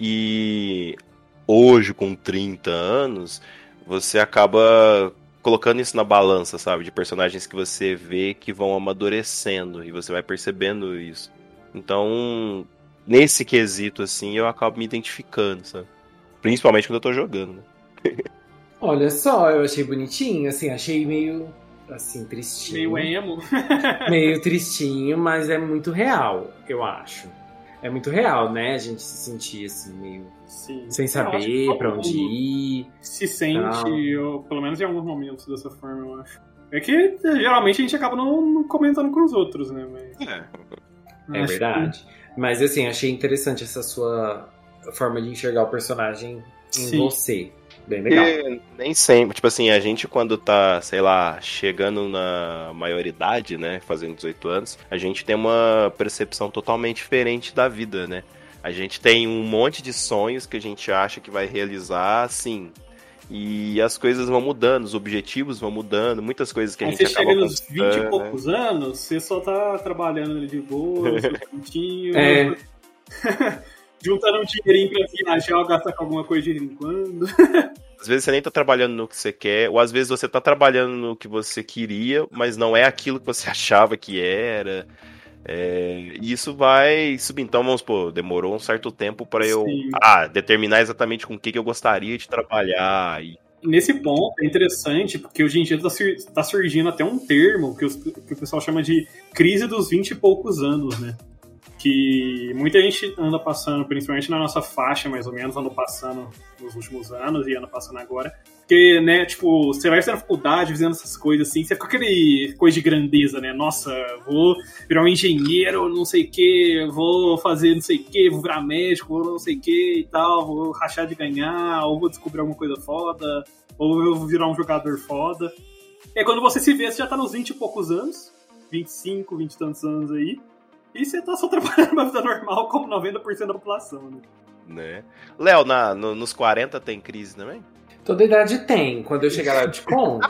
E hoje, com trinta anos, você acaba colocando isso na balança, sabe? De personagens que você vê que vão amadurecendo e você vai percebendo isso. Então, nesse quesito, assim, eu acabo me identificando, sabe? Principalmente quando eu tô jogando, né? Olha só, eu achei bonitinho, assim, achei meio, assim, tristinho. Meio emo. Meio tristinho, mas é muito real, eu acho. É muito real, né? A gente se sentir, assim, meio Sim. sem Eu acho que saber todo pra onde mundo ir. se sente, Não. eu, pelo menos em alguns momentos dessa forma, eu acho. É que geralmente a gente acaba não, não comentando com os outros, né? Mas, É. É acho verdade. Mas, assim, achei interessante essa sua forma de enxergar o personagem em Sim. você. Bem legal. Porque nem sempre, tipo assim, a gente quando tá, sei lá, chegando na maioridade, né, fazendo dezoito anos, a gente tem uma percepção totalmente diferente da vida, né? A gente tem um monte de sonhos que a gente acha que vai realizar, assim, e as coisas vão mudando, os objetivos vão mudando, muitas coisas que a Aí gente você acaba chega nos vinte e conquistando, né? poucos anos, você só tá trabalhando ali de boa, no seu cantinho, É. juntando um dinheirinho pra viajar ou gastar com alguma coisa de vez em quando. Às vezes você nem tá trabalhando no que você quer, ou às vezes você tá trabalhando no que você queria, mas não é aquilo que você achava que era. É, e isso vai subir. Então, vamos supor, demorou um certo tempo pra eu Sim. ah, determinar exatamente com o que, que eu gostaria de trabalhar. E, Nesse ponto é interessante, porque hoje em dia tá, sur- tá surgindo até um termo que, os- que o pessoal chama de crise dos vinte e poucos anos, né? Que muita gente anda passando, principalmente na nossa faixa, mais ou menos, anda passando nos últimos anos e anda passando agora. Porque, né, tipo, você vai na faculdade fazendo essas coisas assim, você fica com aquele coisa de grandeza, né? Nossa, vou virar um engenheiro, não sei o que, vou fazer não sei o que, vou virar médico, vou não sei o que e tal, vou rachar de ganhar, ou vou descobrir alguma coisa foda, ou eu vou virar um jogador foda. E aí, quando você se vê, você já tá nos vinte e poucos anos, vinte e cinco, vinte e tantos anos aí, e você tá só trabalhando uma vida normal como noventa por cento da população, né? Né? Léo, na, no, nos quarenta tem crise também? Toda idade tem. Quando eu chegar lá, eu te conto.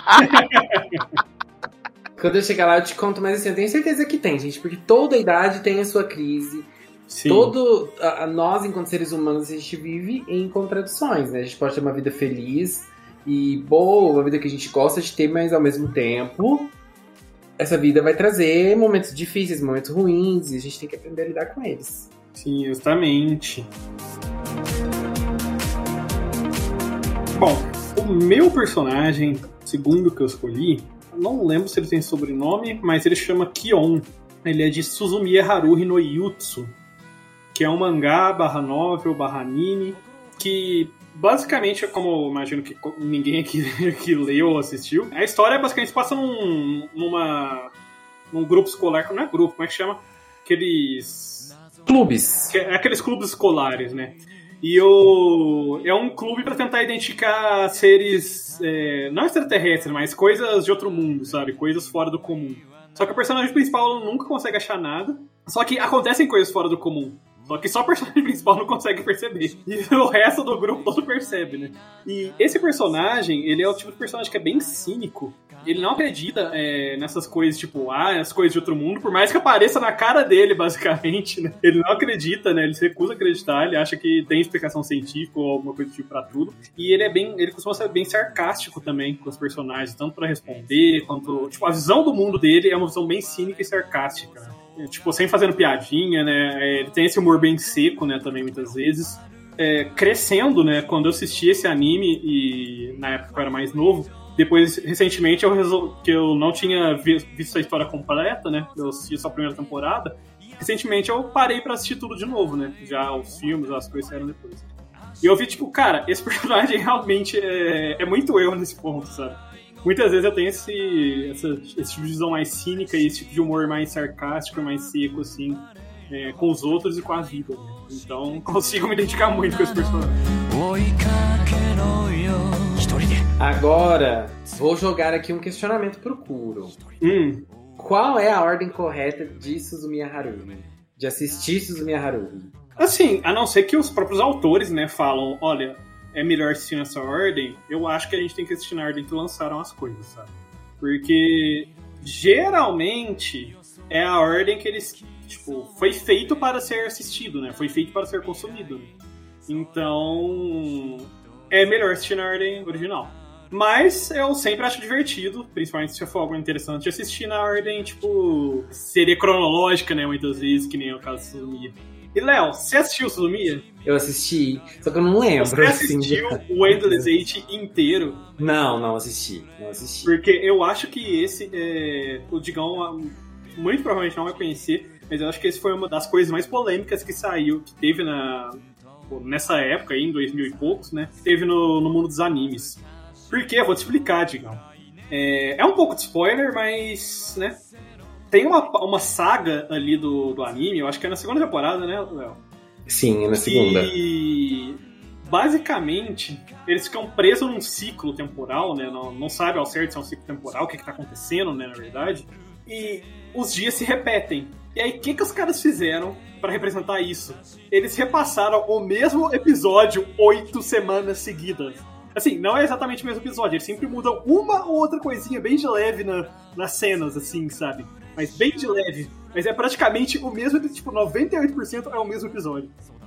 Quando eu chegar lá, eu te conto, mas assim, eu tenho certeza que tem, gente, porque toda idade tem a sua crise. Sim. Todo, a, a, nós, enquanto seres humanos, a gente vive em contradições, né? A gente pode ter uma vida feliz e boa, uma vida que a gente gosta de ter, mas ao mesmo tempo, essa vida vai trazer momentos difíceis, momentos ruins, e a gente tem que aprender a lidar com eles. Sim, justamente. Bom, o meu personagem, segundo o que eu escolhi, não lembro se ele tem sobrenome, mas ele chama Kion. Ele é de Suzumiya Haruhi no Yutsu, que é um mangá barra novel barra anime, que basicamente, como eu imagino que ninguém aqui que leu ou assistiu, a história basicamente se passa num, numa, num grupo escolar, não é grupo, como é que chama? Aqueles... Clubes. Aqueles clubes escolares, né? E o, é um clube para tentar identificar seres, é, não extraterrestres, mas coisas de outro mundo, sabe? Coisas fora do comum. Só que o personagem principal nunca consegue achar nada. Só que acontecem coisas fora do comum. Só que só o personagem principal não consegue perceber. E o resto do grupo todo percebe, né? E esse personagem, ele é o tipo de personagem que é bem cínico. Ele não acredita é, nessas coisas, tipo, ah, as coisas de outro mundo, por mais que apareça na cara dele, basicamente, né? Ele não acredita, né? Ele se recusa a acreditar, ele acha que tem explicação científica ou alguma coisa do tipo pra tudo. E ele é bem, ele costuma ser bem sarcástico também com os personagens, tanto pra responder, quanto... Tipo, a visão do mundo dele é uma visão bem cínica e sarcástica, né? Tipo, sem fazendo piadinha, né? Ele tem esse humor bem seco, né, também, muitas vezes. É, crescendo, né, quando eu assisti esse anime, e na época eu era mais novo, depois, recentemente, eu resol... que eu não tinha visto a história completa, né, eu assisti só a primeira temporada, recentemente eu parei pra assistir tudo de novo, né, já os filmes, as coisas saíram depois. E eu vi, tipo, cara, esse personagem realmente é, é muito eu nesse ponto, sabe? Muitas vezes eu tenho esse, essa, esse tipo de visão mais cínica e esse tipo de humor mais sarcástico, mais seco, assim, é, com os outros e com a vida, né? Então consigo me identificar muito com esse personagem. Agora, vou jogar aqui um questionamento pro Kuro. Hum. Qual é a ordem correta de Suzumiya Haruhi? De assistir Suzumiya Haruhi? Assim, a não ser que os próprios autores, né, falam, olha, é melhor assistir nessa ordem, eu acho que a gente tem que assistir na ordem que lançaram as coisas, sabe? Porque, geralmente, é a ordem que eles, tipo, foi feito para ser assistido, né? Foi feito para ser consumido, né? Então, é melhor assistir na ordem original. Mas eu sempre acho divertido, principalmente se for algo interessante, assistir na ordem, tipo, seria cronológica, né? Muitas vezes, que nem é o caso do Suzumiya. E, Léo, você assistiu o Suzumiya? Eu assisti, só que eu não lembro. Você assistiu assim, o Endless Eight inteiro? Não, não assisti, não assisti. Porque eu acho que esse, é, o Digão, muito provavelmente não vai conhecer, mas eu acho que esse foi uma das coisas mais polêmicas que saiu, que teve na, nessa época aí, em dois mil e poucos, né? Que teve no, no mundo dos animes. Por quê? Eu vou te explicar, Digão. É, é um pouco de spoiler, mas, né? Tem uma, uma saga ali do, do anime, eu acho que é na segunda temporada, né, Léo? Sim, é na segunda. E basicamente eles ficam presos num ciclo temporal, né? Não, não sabe ao certo se é um ciclo temporal, o que, que tá acontecendo, né, na verdade. E os dias se repetem. E aí, o que, que os caras fizeram pra representar isso? Eles repassaram o mesmo episódio oito semanas seguidas. Assim, não é exatamente o mesmo episódio, eles sempre mudam uma ou outra coisinha bem de leve na, nas cenas, assim, sabe? Mas bem de leve. Mas é praticamente o mesmo, tipo, noventa e oito por cento é o mesmo episódio.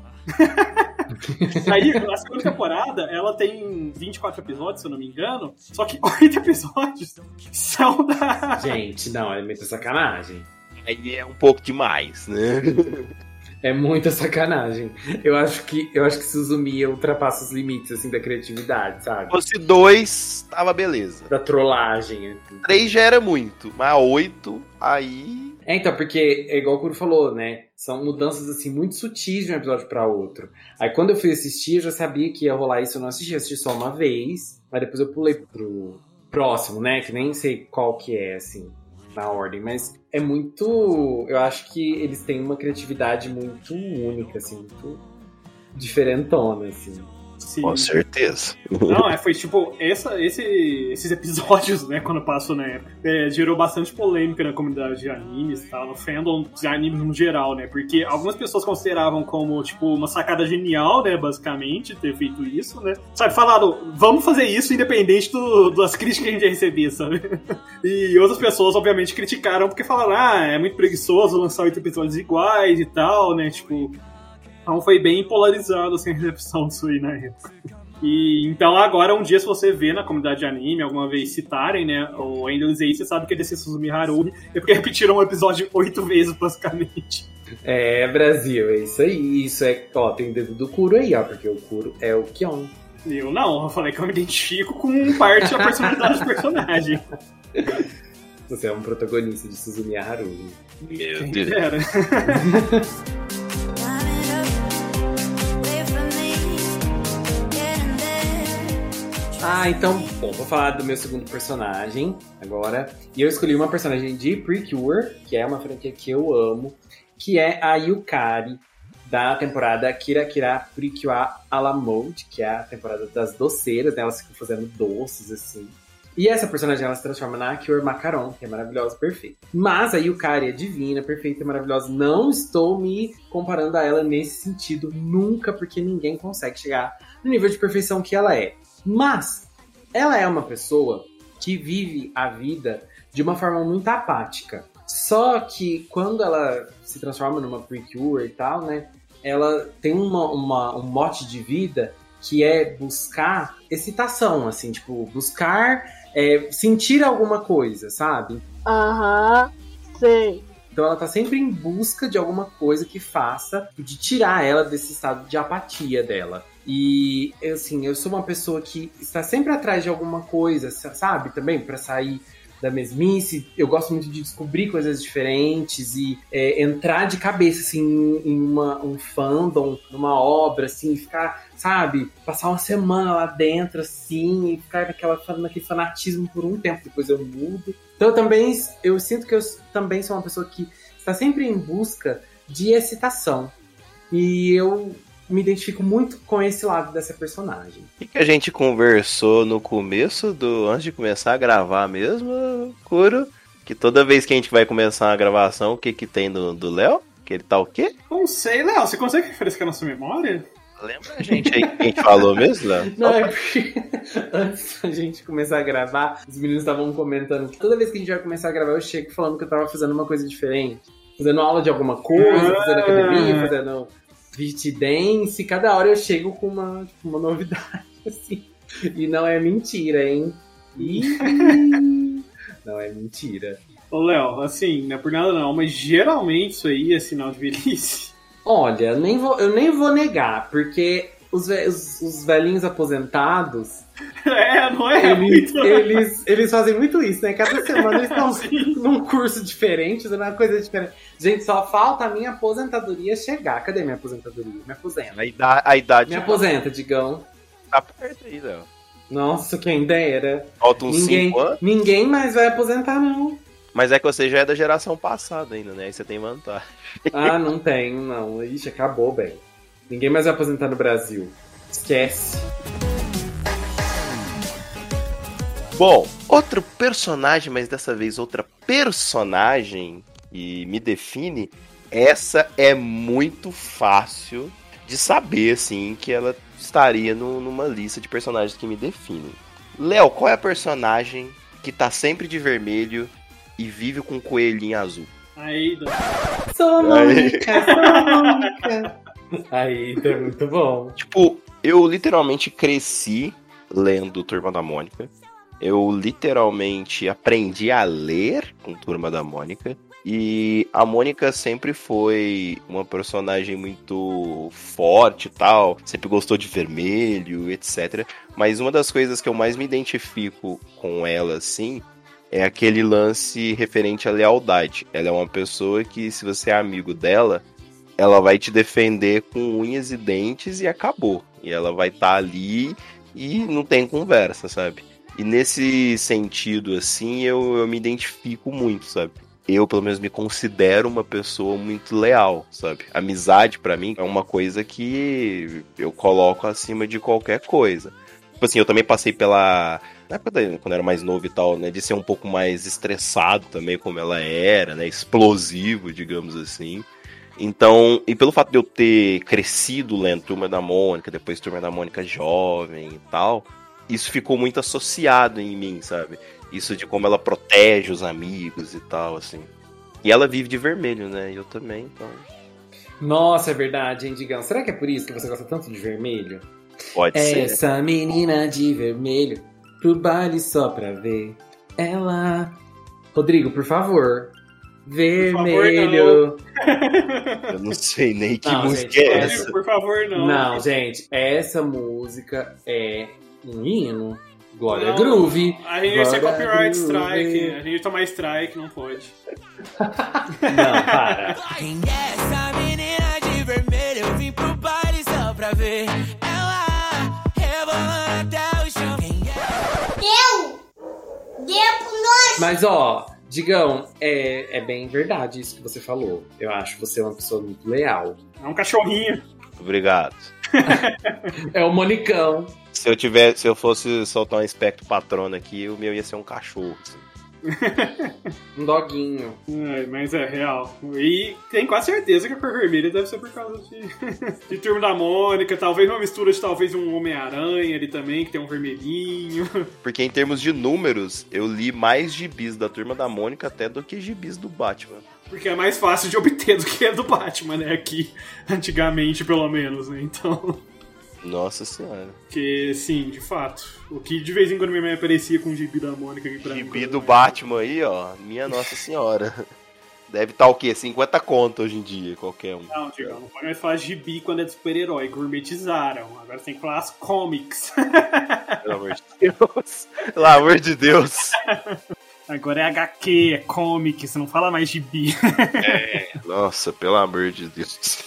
Aí, a segunda temporada, ela tem vinte e quatro episódios, se eu não me engano, só que oito episódios são da... Gente, não, é muita sacanagem. Aí é um pouco demais, né? É muita sacanagem. Eu acho que, eu acho que Suzumiya ultrapassa os limites, assim, da criatividade, sabe? Se fosse dois, tava beleza. Da trollagem. Assim. Três já era muito, mas oito, aí... É, então, porque, é igual o Kuro falou, né? São mudanças, assim, muito sutis de um episódio pra outro. Aí, quando eu fui assistir, eu já sabia que ia rolar isso. Eu não assisti, eu assisti só uma vez. Mas depois eu pulei pro próximo, né? Que nem sei qual que é, assim, na ordem. Mas é muito... Eu acho que eles têm uma criatividade muito única, assim, muito diferentona, assim. Sim. Com certeza. Não, é, foi tipo, essa, esse, esses episódios, né, quando passou na época, é, gerou bastante polêmica na comunidade de animes e tal, no fandom de animes no geral, né, porque algumas pessoas consideravam como, tipo, uma sacada genial, né, basicamente, ter feito isso, né, sabe, falaram, vamos fazer isso independente do, das críticas que a gente ia receber, sabe, e outras pessoas, obviamente, criticaram porque falaram, ah, é muito preguiçoso lançar oito episódios iguais e tal, né, tipo... Então foi bem polarizado assim, a recepção disso aí na época. E então agora, um dia, se você vê na comunidade de anime, alguma vez citarem, né, o Endless Eight, você sabe que é desse Suzumi Harumi, é porque repetiram o episódio oito vezes, basicamente. É, Brasil, é isso aí. Isso é, ó, tem o dedo do Kuro aí, ó, porque o Kuro é o Kion. Eu não, eu falei que eu me identifico com parte da personalidade do personagem. Você é um protagonista de Suzumi Harumi. Meu Quem Deus. dera. Ah, então, bom, vou falar do meu segundo personagem agora. E eu escolhi uma personagem de Precure, que é uma franquia que eu amo, que é a Yukari, da temporada Kira Kira Precure à la Mode, que é a temporada das doceiras, né? Elas ficam fazendo doces, assim. E essa personagem, ela se transforma na Cure Macaron, que é maravilhosa, perfeita. Mas a Yukari é divina, perfeita, maravilhosa. Não estou me comparando a ela nesse sentido, nunca, porque ninguém consegue chegar no nível de perfeição que ela é. Mas ela é uma pessoa que vive a vida de uma forma muito apática. Só que quando ela se transforma numa Precure e tal, né? Ela tem uma, uma, um mote de vida que é buscar excitação, assim, tipo, buscar é, sentir alguma coisa, sabe? Aham, sei. Então ela tá sempre em busca de alguma coisa que faça, de tirar ela desse estado de apatia dela. E, assim, eu sou uma pessoa que está sempre atrás de alguma coisa, sabe? Também, pra sair da mesmice. Eu gosto muito de descobrir coisas diferentes e é, entrar de cabeça, assim, em uma, um fandom, numa obra, assim, ficar, sabe? Passar uma semana lá dentro, assim, e ficar naquela, naquele fanatismo por um tempo, depois eu mudo. Então, eu também, eu sinto que eu também sou uma pessoa que está sempre em busca de excitação. E eu me identifico muito com esse lado dessa personagem. O que, que a gente conversou no começo do. Antes de começar a gravar mesmo, Kuro? Que toda vez que a gente vai começar uma gravação, o que que tem do, do Léo? Que ele tá o quê? Não sei, Léo, você consegue refrescar na sua memória? Lembra a gente aí que a gente falou mesmo, Léo? Não, é porque antes da gente começar a gravar, os meninos estavam comentando que toda vez que a gente vai começar a gravar, eu chego falando que eu tava fazendo uma coisa diferente. Fazendo aula de alguma coisa, fazendo academia, fazendo beat dance. Cada hora eu chego com uma, tipo, uma novidade, assim. E não é mentira, hein? Ih, não é mentira. Ô, Léo, assim, não é por nada não, mas geralmente isso aí é sinal de velhice. Olha, eu nem vou, eu nem vou negar, porque os, ve- os, os velhinhos aposentados, É, não é? eles, muito... eles, eles fazem muito isso, né? Cada semana eles estão Sim. num curso diferente, fazendo uma coisa diferente. Gente, só falta a minha aposentadoria chegar. Cadê minha aposentadoria? Me aposenta. A idade, a idade Me aposenta, Digão. tá perto aí, Léo. Nossa, quem dera. Faltam uns Ninguém, cinco anos. ninguém mais vai aposentar, não. Mas é que você já é da geração passada ainda, né? Aí você tem vantagem. Ah, não tenho, não. Ixi, acabou, bem. Ninguém mais vai aposentar no Brasil. Esquece. Bom, outro personagem, mas dessa vez outra personagem que me define, essa é muito fácil de saber, assim, que ela estaria no- numa lista de personagens que me definem. Léo, qual é a personagem que tá sempre de vermelho e vive com um coelhinho azul? Aida. Sou a Mônica, sou a Mônica. Aí, tá muito bom. Tipo, eu literalmente cresci lendo Turma da Mônica. Eu literalmente aprendi a ler com Turma da Mônica. E a Mônica sempre foi uma personagem muito forte e tal. Sempre gostou de vermelho, etcétera. Mas uma das coisas que eu mais me identifico com ela, assim, é aquele lance referente à lealdade. Ela é uma pessoa que, se você é amigo dela, ela vai te defender com unhas e dentes e acabou. E ela vai estar ali e não tem conversa, sabe? E nesse sentido, assim, eu, eu me identifico muito, sabe? eu, pelo menos, me considero uma pessoa muito leal, sabe? Amizade, pra mim, é uma coisa que eu coloco acima de qualquer coisa. Tipo assim, eu também passei pela... Na época, da, quando eu era mais novo e tal, né? De ser um pouco mais estressado também, como ela era, né? Explosivo, digamos assim. Então, e pelo fato de eu ter crescido lendo Turma da Mônica, depois Turma da Mônica jovem e tal, isso ficou muito associado em mim, sabe? Isso de como ela protege os amigos e tal, assim. E ela vive de vermelho, né? E eu também, então... Nossa, é verdade, hein, Digão? Será que é por isso que você gosta tanto de vermelho? Pode ser. Essa menina de vermelho, pro baile só pra ver ela... Rodrigo, por favor... Vermelho. Por favor, eu não sei nem que não, música gente, é essa. essa. Por favor, não. Não, gente, essa música é um hino. Glória não, Groove. A gente ia ser Glória copyright Groove. strike. A gente ia tomar strike, não pode. Não, para. Quem é essa menina de vermelho? Eu vim pro baile só pra ver ela rebolando até o chão. Quem é? Deu! Deu pro nós! Mas, ó, Digão, é, é bem verdade isso que você falou. Eu acho você uma pessoa muito leal. É um cachorrinho. Obrigado. É o Monicão. Se eu tiver, se eu fosse soltar um espectro patrono aqui, o meu ia ser um cachorro. Assim. Um doguinho. É, mas é real. E tenho quase certeza que a cor vermelha deve ser por causa de, de Turma da Mônica, talvez uma mistura de talvez um Homem-Aranha ali também, que tem um vermelhinho. Porque em termos de números, eu li mais gibis da Turma da Mônica até do que gibis do Batman. Porque é mais fácil de obter do que é do Batman, né? Aqui, antigamente, pelo menos, né? Então... Nossa senhora. Que, sim, de fato. O que de vez em quando minha mãe aparecia com o gibi da Mônica aqui pra mim. Gibi do Batman aí, ó. Minha Nossa Senhora. Deve estar o quê? cinquenta conto hoje em dia, qualquer um. Não, Diego, não pode mais falar gibi quando é de super-herói. Gourmetizaram. Agora você tem que falar as comics. Pelo amor de Deus. Pelo amor de Deus. Agora é agá quê, é comic, você não fala mais gibi. É, nossa, pelo amor de Deus.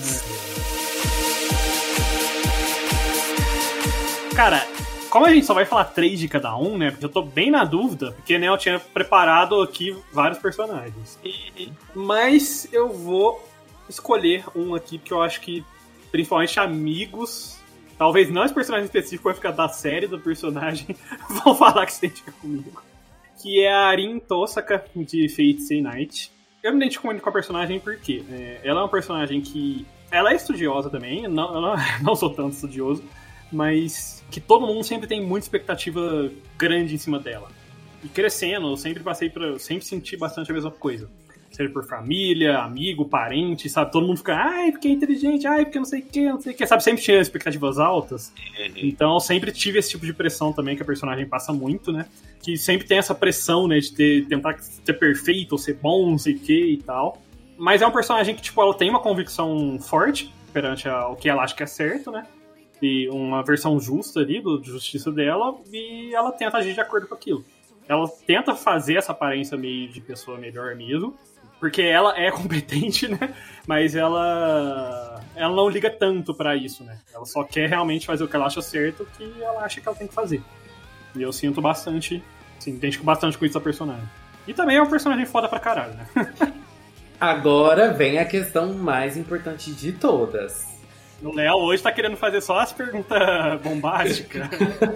Cara, como a gente só vai falar três de cada um, né? Porque eu tô bem na dúvida, porque né, eu tinha preparado aqui vários personagens. Mas eu vou escolher um aqui, porque eu acho que, principalmente amigos, talvez não esse personagem específico, vai ficar da série do personagem, vão falar que se identifica comigo. Que é a Arin Tosaka, de Fate Stay Night. Eu me identifico muito com a personagem porque é, ela é uma personagem que... Ela é estudiosa também, não, eu não, não sou tanto estudioso, mas que todo mundo sempre tem muita expectativa grande em cima dela. E crescendo, eu sempre passei por... Eu sempre senti bastante a mesma coisa. Seja por família, amigo, parente, sabe? Todo mundo fica, ai, porque é inteligente, ai, porque não sei o que, não sei o que, sabe? Sempre tinha expectativas altas. Então eu sempre tive esse tipo de pressão também que a personagem passa muito, né? Que sempre tem essa pressão, né? De ter, tentar ser perfeito, ou ser bom, não sei o que e tal. Mas é um personagem que, tipo, ela tem uma convicção forte perante a, o que ela acha que é certo, né? E uma versão justa ali, do, de justiça dela, e ela tenta agir de acordo com aquilo. Ela tenta fazer essa aparência meio de pessoa melhor mesmo, porque ela é competente, né? Mas ela ela não liga tanto pra isso, né? Ela só quer realmente fazer o que ela acha certo, que ela acha que ela tem que fazer. E eu sinto bastante, assim, identifico bastante com isso da personagem. E também é um personagem foda pra caralho, né? Agora vem a questão mais importante de todas. O Léo hoje tá querendo fazer só as perguntas bombásticas.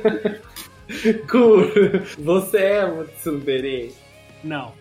Kur, você é uma tsundere? Não.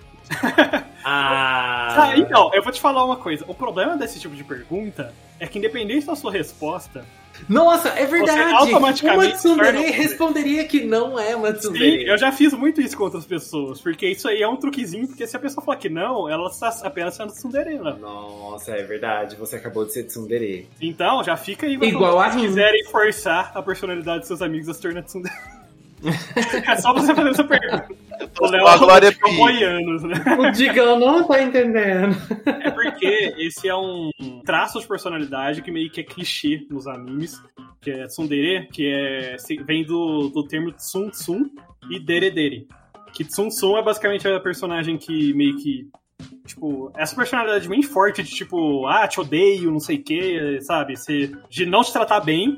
Ah. Ah, então, eu vou te falar uma coisa. O problema desse tipo de pergunta é que, independente da sua resposta... Nossa, é verdade! Você automaticamente uma tsundere torna- responderia que não é uma tsundere. Sim, eu já fiz muito isso com outras pessoas, porque isso aí é um truquezinho, porque se a pessoa falar que não, ela está apenas sendo tsundere, né? Nossa, é verdade, você acabou de ser tsundere. Então, já fica aí. Igual a se mim. quiserem forçar a personalidade dos seus amigos a se tornar tsundere. É só você fazer essa pergunta. O Léo a Glória ficou Pires. boiando, né? O Digão não tá entendendo. É porque esse é um traço de personalidade que meio que é clichê nos animes, que é tsundere, que é, vem do, do termo Tsun Tsun e Dere Dere. Que Tsun Tsun é basicamente a personagem que meio que, tipo, essa personalidade bem forte de tipo, ah, te odeio, não sei o que, sabe? Você, de não te tratar bem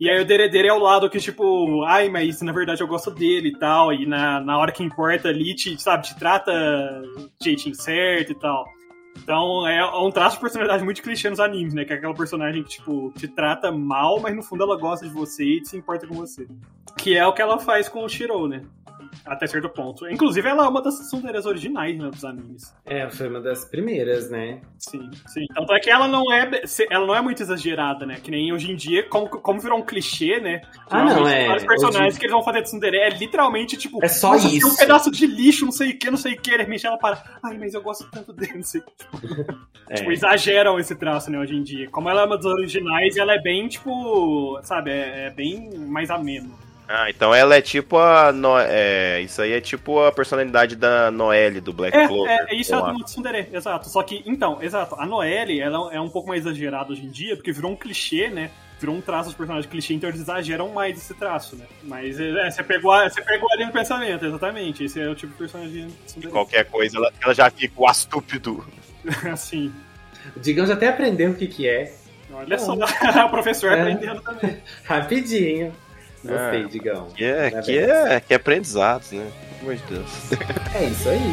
E aí o Deredere é o lado que, tipo, ai, mas na verdade eu gosto dele e tal, e na, na hora que importa ali, te, sabe, te trata de jeitinho certo e tal. Então é um traço de personalidade muito clichê nos animes, né? Que é aquela personagem que, tipo, te trata mal, mas no fundo ela gosta de você e se importa com você. Que é o que ela faz com o Shirou, né? Até certo ponto. Inclusive, ela é uma das tsunderes originais, né, dos animes. É, foi uma das primeiras, né? Sim, sim. Tanto é que ela não é, ela não é muito exagerada, né? Que nem hoje em dia, como, como virou um clichê, né? Ah, não, é. Vários personagens hoje... que eles vão fazer de tsundere é literalmente, tipo... É só nossa, isso. Tem um pedaço de lixo, não sei o que, não sei o que. Eles mexem ela para... Ai, mas eu gosto tanto dele, não sei. Tipo, é. tipo, exageram esse traço, né, hoje em dia. Como ela é uma das originais, ela é bem, tipo... Sabe, é, é bem mais ameno. Ah, então ela é tipo a... No... É, isso aí é tipo a personalidade da Noelle, do Black é, Clover. É, isso é uma tsundere, exato. Só que, então, exato, a Noelle, ela é um pouco mais exagerada hoje em dia, porque virou um clichê, né? Virou um traço dos personagens clichê, então eles exageram mais esse traço, né? Mas, é, você pegou, você pegou ali no pensamento, exatamente. Esse é o tipo de personagem tsundere. Qualquer coisa, ela, ela já fica o astúpido. Assim. O Digão já até aprendeu o que que é. Olha só, o professor é. aprendendo também. Rapidinho. Gostei, ah, Digão. Que é, que, é, que é aprendizados, né? Pelo amor de Deus. É isso aí.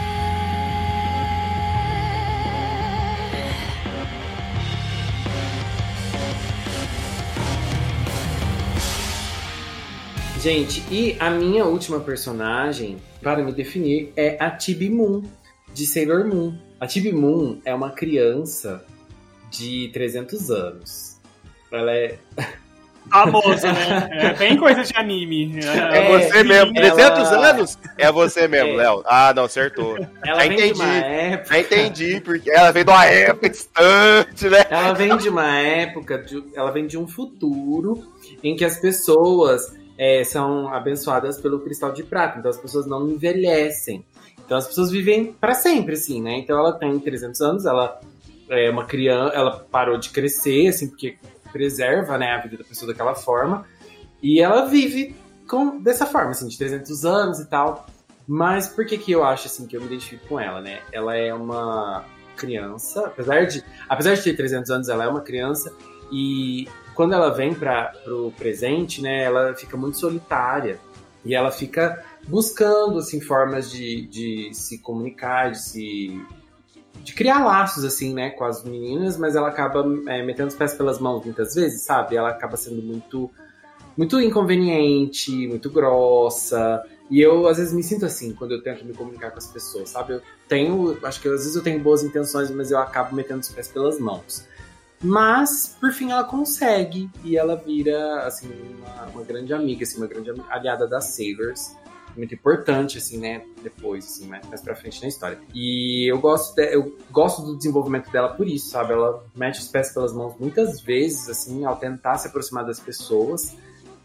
Gente, e a minha última personagem, para me definir, é a Chibi Moon, de Sailor Moon. A Chibi Moon é uma criança de trezentos anos. Ela é... Famosa, né? É bem coisa de anime. É, é você mesmo. ela... trezentos anos? É você mesmo, é. Léo. Ah, não, acertou. Ela já vem entendi. de uma época... Já entendi, porque ela vem de uma época distante, né? Ela vem de uma época, de... ela vem de um futuro em que as pessoas é, são abençoadas pelo cristal de prata. Então as pessoas não envelhecem. Então as pessoas vivem para sempre, assim, né? Então ela tem trezentos anos, ela é uma criança, ela parou de crescer, assim, porque preserva, né, a vida da pessoa daquela forma, e ela vive com, dessa forma, assim, de trezentos anos e tal. Mas por que que eu acho, assim, que eu me identifico com ela, né? Ela é uma criança, apesar de, apesar de ter trezentos anos, ela é uma criança, e quando ela vem para pro presente, né, ela fica muito solitária, e ela fica buscando, assim, formas de, de se comunicar, de se... de criar laços, assim, né, com as meninas, mas ela acaba é, metendo os pés pelas mãos muitas vezes, sabe? Ela acaba sendo muito, muito inconveniente, muito grossa, e eu, às vezes, me sinto assim quando eu tento me comunicar com as pessoas, sabe? Eu tenho, acho que às vezes eu tenho boas intenções, mas eu acabo metendo os pés pelas mãos. Mas, por fim, ela consegue, e ela vira, assim, uma, uma grande amiga, assim, uma grande aliada das Sailors, muito importante, assim, né, depois, assim, mais pra frente na história. E eu gosto, de, eu gosto do desenvolvimento dela por isso, sabe? Ela mete os pés pelas mãos muitas vezes, assim, ao tentar se aproximar das pessoas,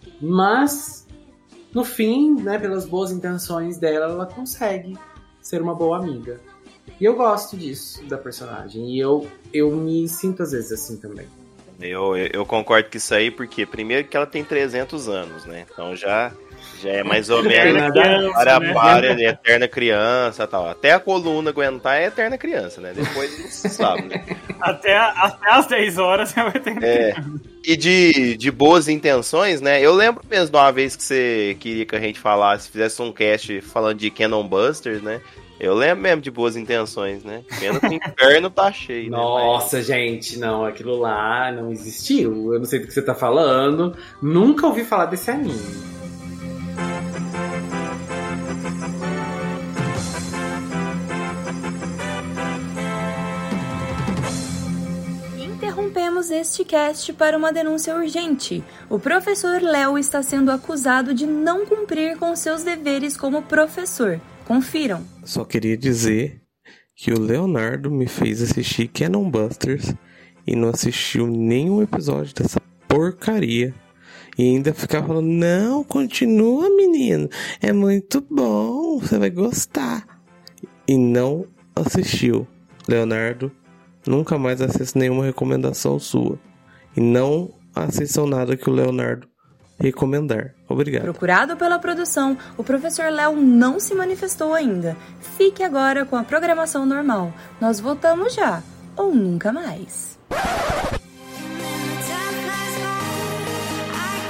mas, no fim, né, pelas boas intenções dela, ela consegue ser uma boa amiga. E eu gosto disso, da personagem, e eu, eu me sinto, às vezes, assim, também. Eu, eu, eu concordo com isso aí, porque, primeiro, que ela tem trezentos anos, né? Então já... Já é mais ou menos para, né? para, né? Eterna criança e tal. Até a coluna aguentar é eterna criança, né? Depois não se sabe, né? Até, até as dez horas você vai ter é. E de, de boas intenções, né? Eu lembro mesmo de uma vez que você queria que a gente falasse, fizesse um cast falando de Cannon Busters, né? Eu lembro mesmo de boas intenções, né? Pena que o inferno tá cheio, Nossa, né? gente, não, aquilo lá não existiu. Eu não sei do que você tá falando. Nunca ouvi falar desse anime. Interrompemos este cast para uma denúncia urgente. O professor Léo está sendo acusado de não cumprir com seus deveres como professor. Confiram. Só queria dizer que o Leonardo me fez assistir Cannon Busters e não assistiu nenhum episódio dessa porcaria. E ainda ficava falando, não, continua, menino, é muito bom, você vai gostar. E não assistiu. Leonardo, nunca mais assisto nenhuma recomendação sua. E não assistam nada que o Leonardo recomendar. Obrigado. Procurado pela produção, o professor Léo não se manifestou ainda. Fique agora com a programação normal. Nós voltamos já, ou nunca mais. Time flies by, I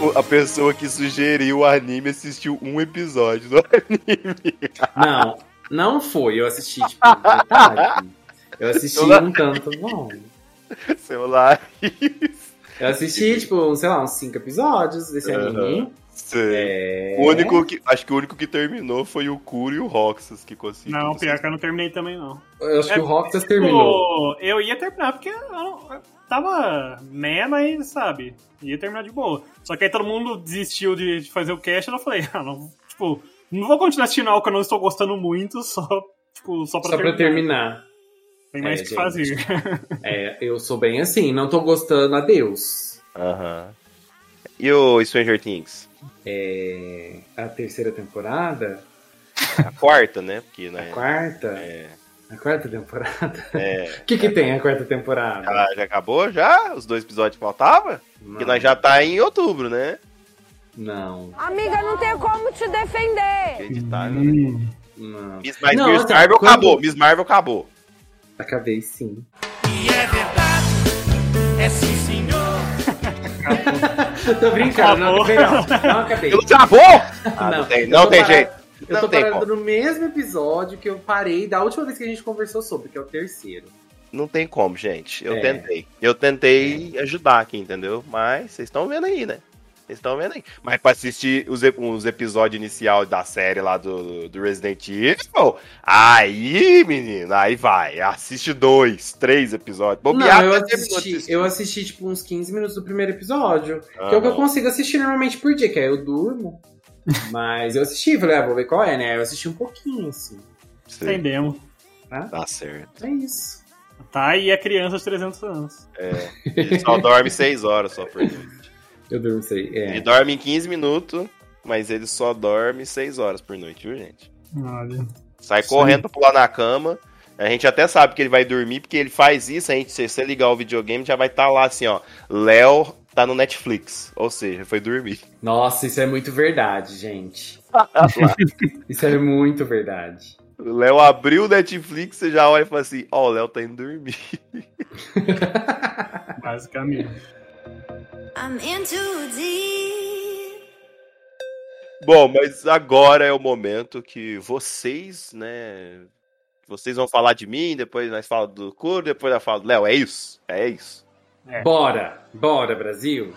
a pessoa que sugeriu o anime assistiu um episódio do anime. Não, não foi. Eu assisti, tipo, metade. Eu assisti um tanto bom. Seu Laís. Eu assisti, tipo, sei lá, uns cinco episódios desse Uhum. anime. É... O único que, acho que o único que terminou foi o Kuro e o Roxas que conseguiu. Não, pior que eu não terminei também, não. Eu acho É, que o Roxas tipo, terminou. Eu ia terminar porque eu, não- eu tava né, mas, sabe, ia terminar de boa. Só que aí todo mundo desistiu de, de fazer o cast e eu falei, ah, não, tipo, não vou continuar assistindo algo que eu não estou gostando muito, só, tipo, só pra Só terminar. pra terminar. Tem mais É, o que gente. fazer. É, eu sou bem assim, não tô gostando, adeus. Aham. E o Stranger Things? É, a terceira temporada, A quarta, né? Porque, né? a quarta, É. a quarta temporada. É. O que que tem a quarta temporada? Já, já acabou já? Os dois episódios que faltavam? Porque nós já tá em outubro, né? Não, Amiga, não tem como te defender. Acreditável, né? não. Miss, mas Não, Miss assim, Marvel quando- acabou. Miss Marvel acabou. Acabei sim. E é verdade, é sim senhor. Tô brincando, não, Acabou. não, não acabei. Não acabou? Ah, não, tem, eu não tô tem parado- jeito. Eu Não tô tem parando como. no mesmo episódio que eu parei da última vez que a gente conversou sobre, que é o terceiro. Não tem como, gente. Eu É. tentei. Eu tentei ajudar aqui, entendeu? Mas vocês estão vendo aí, né? Vocês estão vendo aí. Mas pra assistir os, ep- os episódios iniciais da série lá do, do Resident Evil, aí, menino, aí vai. Assiste dois, três episódios. Bobear, Não, eu até terminou de assisti, assistir. eu assisti tipo uns quinze minutos do primeiro episódio, que é o que Aham. eu consigo assistir normalmente por dia, que aí eu durmo. Mas eu assisti, falei, ah, vou ver qual é, né? Eu assisti um pouquinho, assim. Sim, Entendemos. tá certo. É isso. Tá aí a criança de trezentos anos. É, ele só dorme seis horas só por noite. Eu durmo, sei. Ele É. dorme em quinze minutos, mas ele só dorme seis horas por noite, viu, gente? Olha. Sai Sim. correndo pra pular na cama. A gente até sabe que ele vai dormir, porque ele faz isso, a gente, se você ligar o videogame, já vai estar lá assim, ó. Léo tá no Netflix. Ou seja, foi dormir. Nossa, isso é muito verdade, gente. Isso é muito verdade. O Léo abriu o Netflix, você já olha e fala assim, ó, o Léo tá indo dormir. Basicamente. I'm in too deep. Bom, mas agora é o momento que vocês, né... Vocês vão falar de mim, depois nós falamos do Kuro, depois nós falamos do Léo. É isso? É isso. É. Bora! Bora, Brasil!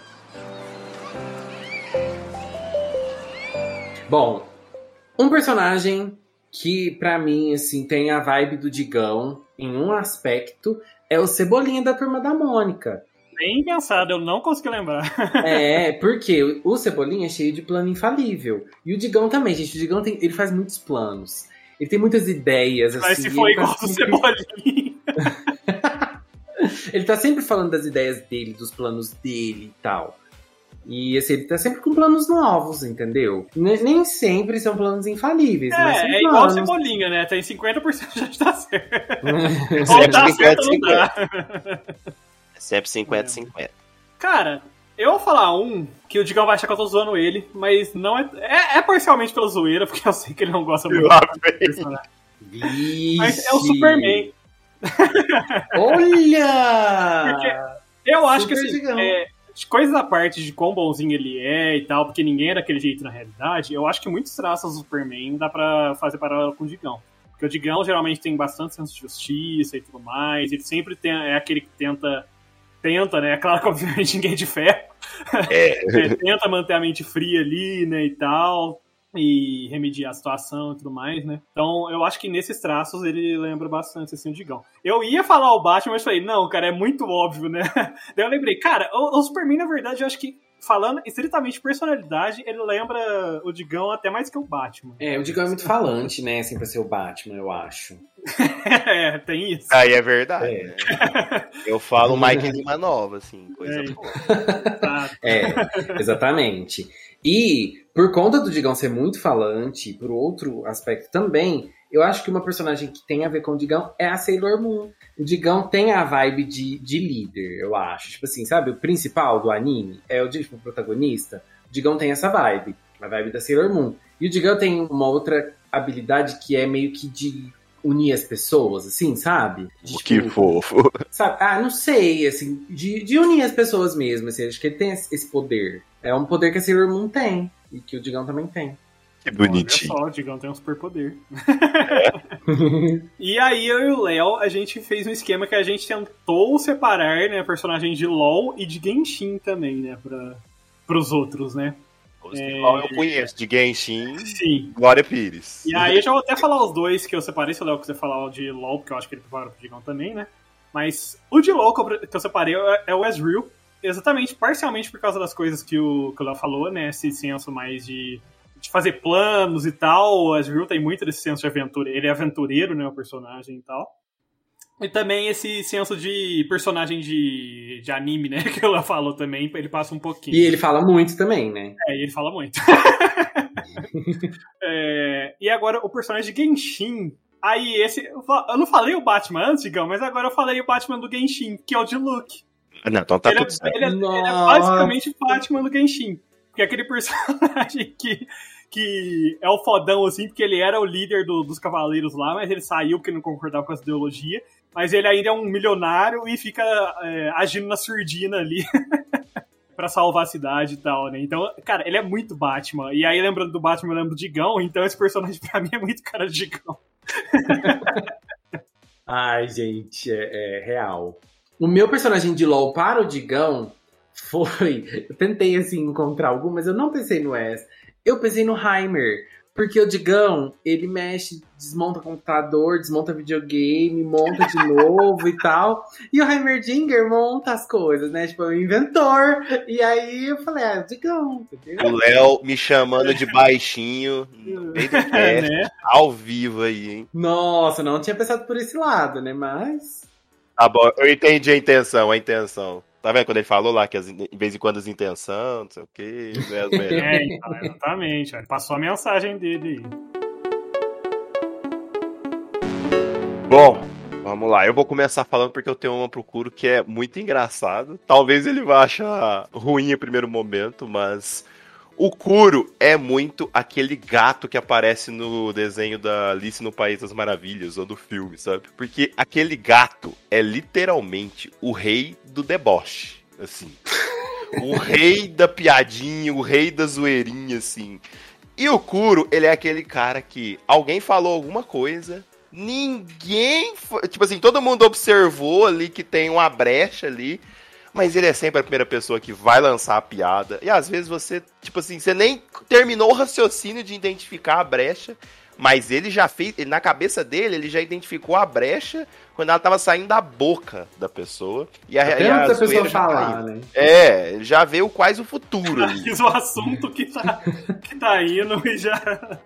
Bom, um personagem que, pra mim, assim, tem a vibe do Digão em um aspecto é o Cebolinha da Turma da Mônica. Bem pensado, eu não consegui lembrar. É, porque o Cebolinha é cheio de plano infalível. E o Digão também, gente. O Digão tem, ele faz muitos planos. Ele tem muitas ideias, assim. Mas se for ele tá igual do sempre- Cebolinha. Ele tá sempre falando das ideias dele, dos planos dele e tal. E assim, ele tá sempre com planos novos, entendeu? Nem nem sempre são planos infalíveis, mas são É, é igual o planos. Cebolinha, né? Tem cinquenta por cento já tá certo. Sempre Ou tá certo ou não cinquenta, tá. É sempre cinquenta cinquenta. Cara, eu vou falar um que o Digão vai achar que eu tô zoando ele, mas não é. É, é parcialmente pela zoeira, porque eu sei que ele não gosta muito Lá do vem. personagem. Vixe. Mas é o Superman. Olha! Porque eu acho que Super assim, Digão. é, de coisas à parte de quão bonzinho ele é e tal, porque ninguém é daquele jeito na realidade, eu acho que muitos traços do Superman dá pra fazer paralelo com o Digão. Porque o Digão geralmente tem bastante senso de justiça e tudo mais, ele sempre tem, é aquele que tenta, tenta, né, é claro que obviamente ninguém é de ferro, É. é, tenta manter a mente fria ali, né, e tal, e remediar a situação e tudo mais, né. Então, eu acho que nesses traços ele lembra bastante, assim, o Digão. Eu ia falar o Batman, mas falei, não, cara, é muito óbvio, né. Daí eu lembrei, cara, o, o Superman, na verdade, eu acho que, falando estritamente personalidade, ele lembra o Digão até mais que o Batman. É, o Digão é muito falante, né? Assim, pra ser o Batman, eu acho. É, tem isso. Aí é verdade. É. Né? Eu falo Mike Lima Nova, assim, coisa É. boa. Tá. É, exatamente. E, por conta do Digão ser muito falante, por outro aspecto também, eu acho que uma personagem que tem a ver com o Digão é a Sailor Moon. O Digão tem a vibe de, de líder, eu acho. Tipo assim, sabe? O principal do anime é o, tipo, o protagonista. O Digão tem essa vibe, a vibe da Sailor Moon. E o Digão tem uma outra habilidade que é meio que de unir as pessoas, assim, sabe? De, Que tipo, fofo. sabe? Ah, não sei, assim, de, de unir as pessoas mesmo, assim, acho que ele tem esse poder. É um poder que a Sailor Moon tem, e que o Digão também tem. Que bonitinho. Olha só, o Digão tem um superpoder. E aí, eu e o Léo, a gente fez um esquema que a gente tentou separar, né, personagens de LoL e de Genshin também, né, pra, pros outros, né. Os de LoL eu conheço, de Genshin, Sim. Glória Pires. E aí, eu já vou até falar os dois que eu separei, se o Léo quiser falar o de LoL, porque eu acho que ele prepara pro Digão também, né. Mas o de LoL que eu, que eu separei é o Ezreal, exatamente, parcialmente por causa das coisas que o, que o Léo falou, né, esse senso mais de... de fazer planos e tal. O Ezreal tem muito desse senso de aventura. Ele é aventureiro, né, o personagem e tal. E também esse senso de personagem de, de anime, né, que ela falou também, ele passa um pouquinho. E ele fala muito também, né? É, e ele fala muito. É, e agora o personagem de Genshin. Aí esse... Eu não falei o Batman antes, Digão, mas agora eu falei o Batman do Genshin, que é o de Luke. Não, então tá ele, tudo é, certo. ele, é, ele é basicamente o Batman do Genshin. Que é aquele personagem que, que é o fodão, assim, porque ele era o líder do, dos cavaleiros lá, mas ele saiu porque não concordava com essa ideologia. Mas ele ainda é um milionário e fica é, agindo na surdina ali pra salvar a cidade e tal, né? Então, cara, ele é muito Batman. E aí, lembrando do Batman, eu lembro do Digão, então esse personagem pra mim é muito cara de Digão. Ai, gente, é, é real. O meu personagem de LoL para o Digão foi... Eu tentei, assim, encontrar algum, mas eu não pensei no Wes. Eu pensei no Heimer. Porque o Digão, ele mexe, desmonta computador, desmonta videogame, monta de novo e tal. E o Heimerdinger monta as coisas, né? Tipo, é um inventor. E aí eu falei, ah, o Digão, entendeu? O Léo me chamando de baixinho, no meio do cast, É, né? ao vivo aí, hein? Nossa, não tinha pensado por esse lado, né? Mas... Tá bom, eu entendi a intenção, a intenção. Tá vendo quando ele falou lá que as, de vez em quando as intenções, não sei o quê, né, as melhores. É, então, exatamente. Ele passou a mensagem dele aí. Bom, vamos lá. Eu vou começar falando porque eu tenho uma procuro que é muito engraçado. Talvez ele vá achar ruim em primeiro momento, mas o Kuro é muito aquele gato que aparece no desenho da Alice no País das Maravilhas, ou do filme, sabe? Porque aquele gato é literalmente o rei do deboche, assim. O rei da piadinha, o rei da zoeirinha, assim. E o Kuro, ele é aquele cara que alguém falou alguma coisa, ninguém... Tipo assim, todo mundo observou ali que tem uma brecha ali, mas ele é sempre a primeira pessoa que vai lançar a piada. E às vezes você, tipo assim, você nem terminou o raciocínio de identificar a brecha, mas ele já fez, ele, na cabeça dele, ele já identificou a brecha quando ela tava saindo da boca da pessoa. E a, Até e a antes da pessoa zoeira já falar, caiu. né? É, ele já veio quase o futuro ali. Fiz o assunto que tá, que tá indo e já...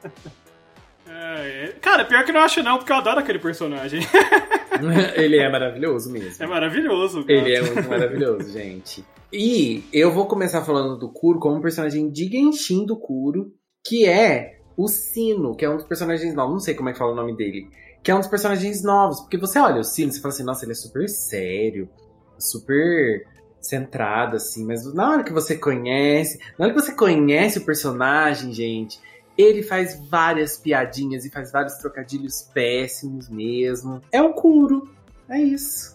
É, é. Cara, pior que eu não acho não, porque eu adoro aquele personagem. Ele é maravilhoso mesmo. É maravilhoso. Gato. Ele é muito maravilhoso, gente. E eu vou começar falando do Kuro como um personagem de Genshin do Kuro, que é o Sino, que é um dos personagens novos. Não sei como é que fala o nome dele. Que é um dos personagens novos. Porque você olha o Sino, você fala assim, nossa, ele é super sério, super centrado, assim. Mas na hora que você conhece, na hora que você conhece o personagem, gente... Ele faz várias piadinhas e faz vários trocadilhos péssimos mesmo. É um Kuro. É isso.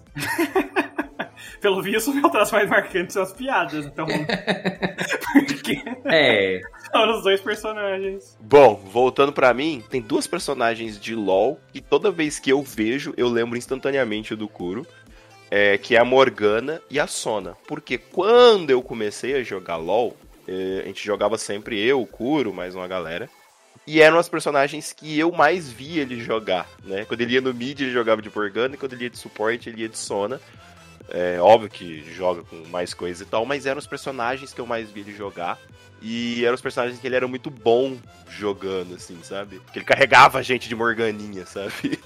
Pelo visto, o meu traço mais marcante são as piadas. Então. Porque. É. São os dois personagens. Bom, voltando pra mim, tem duas personagens de LoL que toda vez que eu vejo, eu lembro instantaneamente do Kuro. É, que é a Morgana e a Sona. Porque quando eu comecei a jogar LoL, a gente jogava sempre eu, o Kuro, mais uma galera. E eram as personagens que eu mais via ele jogar, né? Quando ele ia no mid, ele jogava de Morgana, e quando ele ia de suporte, ele ia de Sona. É óbvio que joga com mais coisa e tal, mas eram os personagens que eu mais via ele jogar. E eram os personagens que ele era muito bom jogando, assim, sabe? Que ele carregava a gente de Morganinha, sabe?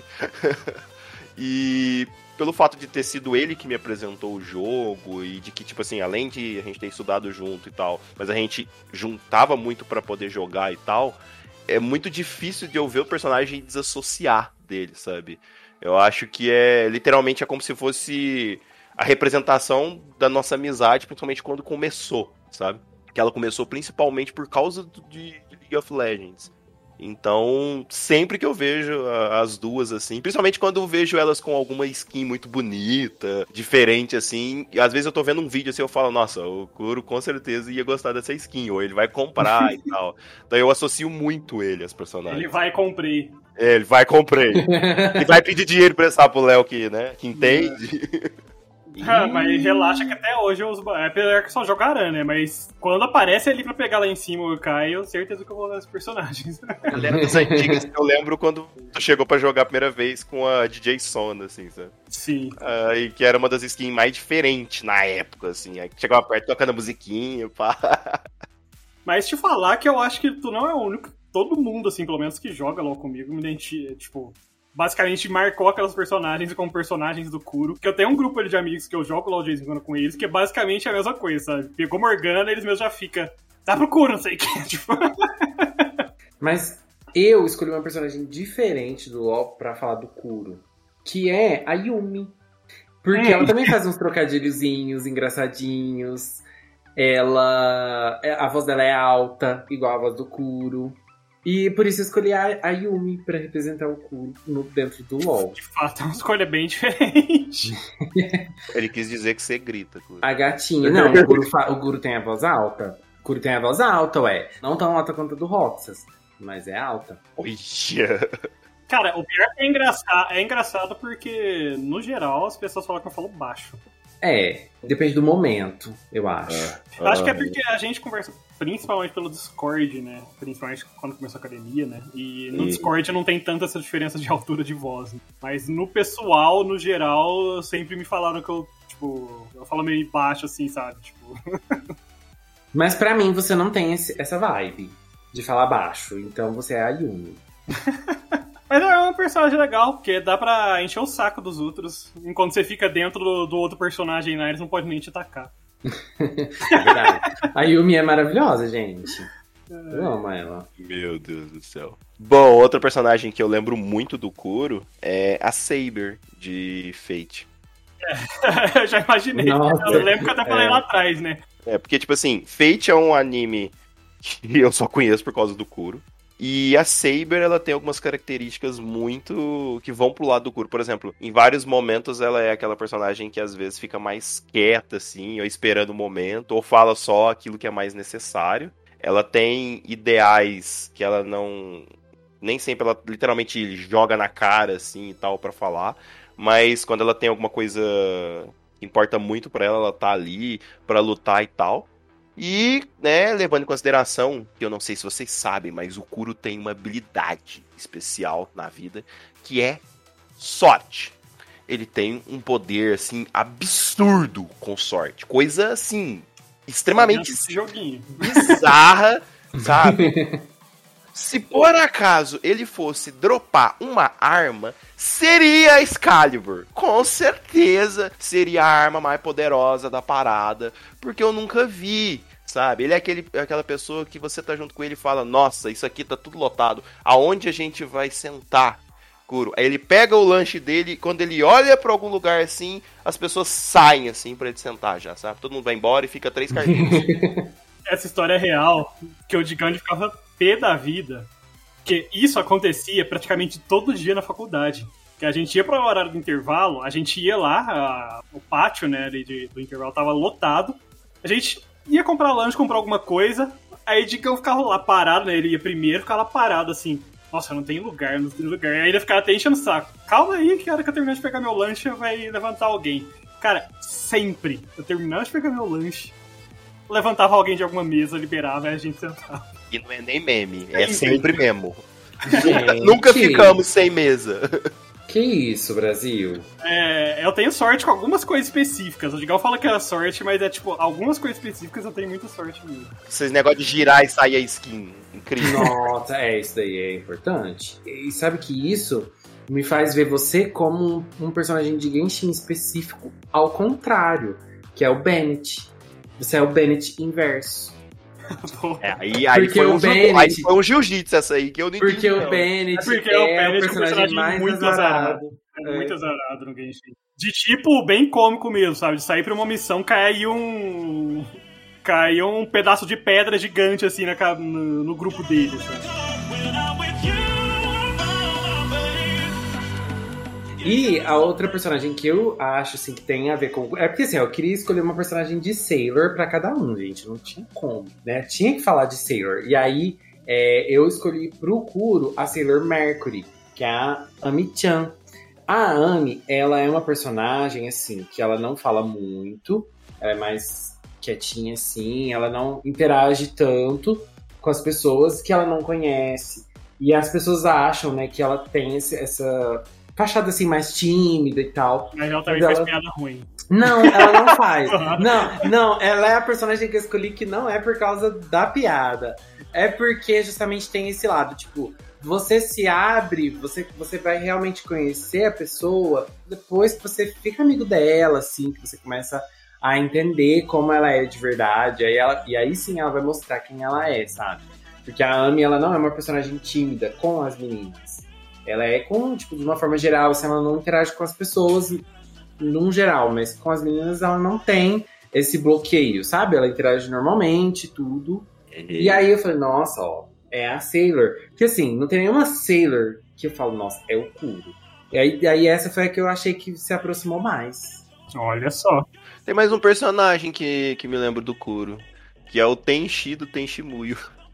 E... pelo fato de ter sido ele que me apresentou o jogo e de que, tipo assim, além de a gente ter estudado junto e tal, mas a gente juntava muito pra poder jogar e tal, é muito difícil de eu ver o personagem desassociar dele, sabe? Eu acho que é, literalmente, é como se fosse a representação da nossa amizade, principalmente quando começou, sabe? Que ela começou principalmente por causa do, de, de League of Legends. Então, sempre que eu vejo as duas, assim, principalmente quando eu vejo elas com alguma skin muito bonita, diferente, assim, e às vezes eu tô vendo um vídeo assim, eu falo, nossa, o Kuro com certeza ia gostar dessa skin, ou ele vai comprar e tal. Então eu associo muito ele às personagens. Ele vai e comprei. É, ele vai comprei. Ele vai pedir dinheiro pra essa pro Léo que, né, que entende. Ah, mas relaxa que até hoje eu uso. É pior que só jogar aranha, né? Mas quando aparece ali pra pegar lá em cima o Kai, eu certeza que eu vou usar os personagens. Galera das antigas, eu lembro quando tu chegou pra jogar a primeira vez com a D J Sona, assim, sabe? Sim. Ah, e que era uma das skins mais diferentes na época, assim. Aí chegava perto tocando a musiquinha, pá. Mas te falar que eu acho que tu não é o único. Todo mundo, assim, pelo menos que joga lá comigo, me identifica, tipo. Basicamente marcou aquelas personagens como personagens do Kuro. Que eu tenho um grupo ali de amigos que eu jogo lá de vez em quando com eles, que é basicamente a mesma coisa, sabe? Pegou Morgana, eles mesmos já ficam. Tá pro Kuro, não sei o que. Tipo. Mas eu escolhi uma personagem diferente do LoL pra falar do Kuro, que é a Yumi. Porque ela também faz uns trocadilhozinhos engraçadinhos. Ela. A voz dela é alta, igual a voz do Kuro. E por isso eu escolhi a, a Yumi pra representar o Kuro no, dentro do LoL. De fato, é uma escolha bem diferente. Ele quis dizer que você grita, Kuro. A gatinha. Não, o Kuro, fa- o Kuro tem a voz alta. O Kuro tem a voz alta, ué. Não tão alta quanto a do Roxas, mas é alta. Olha. Cara, o pior é engraçado, é engraçado porque, no geral, as pessoas falam que eu falo baixo. É, depende do momento, eu acho. Eu acho que é porque a gente conversa principalmente pelo Discord, né? Principalmente quando começou a academia, né? E no E... Discord não tem tanta essa diferença de altura de voz. Né? Mas no pessoal, no geral, sempre me falaram que eu, tipo, eu falo meio baixo, assim, sabe? Tipo... Mas pra mim, você não tem esse, essa vibe de falar baixo. Então você é a Yumi. Mas é um personagem legal, porque dá pra encher o saco dos outros. Enquanto você fica dentro do, do outro personagem lá, eles não podem nem te atacar. É verdade. A Yumi é maravilhosa, gente. Eu amo ela. Meu Deus do céu. Bom, outro personagem que eu lembro muito do Kuro é a Saber, de Fate. É, eu já imaginei. Nossa, eu lembro que eu até falei é. lá atrás, né? É, porque, tipo assim, Fate é um anime que eu só conheço por causa do Kuro. E a Saber, ela tem algumas características muito que vão pro lado do Kuro. Por exemplo, em vários momentos ela é aquela personagem que às vezes fica mais quieta, assim, ou esperando o momento, ou fala só aquilo que é mais necessário. Ela tem ideais que ela não... Nem sempre ela literalmente joga na cara, assim, e tal, pra falar. Mas quando ela tem alguma coisa que importa muito pra ela, ela tá ali pra lutar e tal. E, né, levando em consideração, que eu não sei se vocês sabem, mas o Kuro tem uma habilidade especial na vida, que é sorte. Ele tem um poder, assim, absurdo com sorte. Coisa, assim, extremamente joguinho. bizarra, sabe? Se por acaso ele fosse dropar uma arma, seria a Excalibur. Com certeza seria a arma mais poderosa da parada, porque eu nunca vi, sabe? Ele é aquele, aquela pessoa que você tá junto com ele e fala, nossa, isso aqui tá tudo lotado, aonde a gente vai sentar, Kuro? Aí ele pega o lanche dele e quando ele olha pra algum lugar assim, as pessoas saem assim pra ele sentar já, sabe? Todo mundo vai embora e fica três carteiras. Essa história é real, que o Digandi ficava pé da vida, que isso acontecia praticamente todo dia na faculdade. Que a gente ia para o horário do intervalo, a gente ia lá, a, o pátio, né, ali de, do intervalo tava lotado, a gente ia comprar lanche, comprar alguma coisa, aí o Digão ficava lá parado, né, ele ia primeiro, ficava lá parado assim, nossa, não tem lugar, não tem lugar, aí ele ficava até enchendo o saco, calma aí que a hora que eu terminar de pegar meu lanche vai levantar alguém. Cara, sempre, eu terminava de pegar meu lanche, levantava alguém de alguma mesa, liberava e a gente sentava. E não é nem meme, é sempre mesmo. Gente. Nunca ficamos sem mesa. Que isso, Brasil? É, eu tenho sorte com algumas coisas específicas. O Digal fala que era sorte, mas é tipo, algumas coisas específicas eu tenho muita sorte mesmo. Esses negócios de girar e sair a skin. Incrível. Nossa, é, isso daí é importante. E sabe que isso me faz ver você como um, um personagem de Genshin específico, ao contrário, que é o Bennett. Você é o Bennett inverso. É, aí, aí, Porque foi o um, Bennett- aí foi um jiu-jitsu essa aí que eu não entendi. Porque o não. Bennett É porque é, o o Bennett é um personagem, personagem mais muito azarado. azarado. É muito azarado no Genshin. De tipo, bem cômico mesmo, sabe? De sair pra uma missão, cair um... Caiu um pedaço de pedra gigante, assim, na, ca- no, no grupo dele, sabe? E a outra personagem que eu acho assim, que tem a ver com. É porque assim, eu queria escolher uma personagem de Sailor pra cada um, gente. Não tinha como, né? Tinha que falar de Sailor. E aí é, eu escolhi pro Kuro a Sailor Mercury, que é a Ami-chan. A Ami, ela é uma personagem, assim, que ela não fala muito, ela é mais quietinha, assim, ela não interage tanto com as pessoas que ela não conhece. E as pessoas acham, né, que ela tem esse, essa fachada, assim, mais tímida e tal. Mas ela também Mas faz ela... piada ruim. Não, ela não faz. Não, não, ela é a personagem que eu escolhi que não é por causa da piada. É porque justamente tem esse lado, tipo... Você se abre, você, você vai realmente conhecer a pessoa depois que você fica amigo dela, assim, que você começa a entender como ela é de verdade. Aí ela, e aí sim ela vai mostrar quem ela é, sabe? Porque a Ami, ela não é uma personagem tímida com as meninas. Ela é com, tipo, de uma forma geral, assim, ela não interage com as pessoas num geral, mas com as meninas ela não tem esse bloqueio, sabe? Ela interage normalmente, tudo. Uhum. E aí eu falei, nossa, ó, é a Sailor. Porque assim, não tem nenhuma Sailor que eu falo, nossa, é o Kuro. E aí, aí essa foi a que eu achei que se aproximou mais. Olha só. Tem mais um personagem que, que me lembro do Kuro, que é o Tenchi do Tenchimuyo.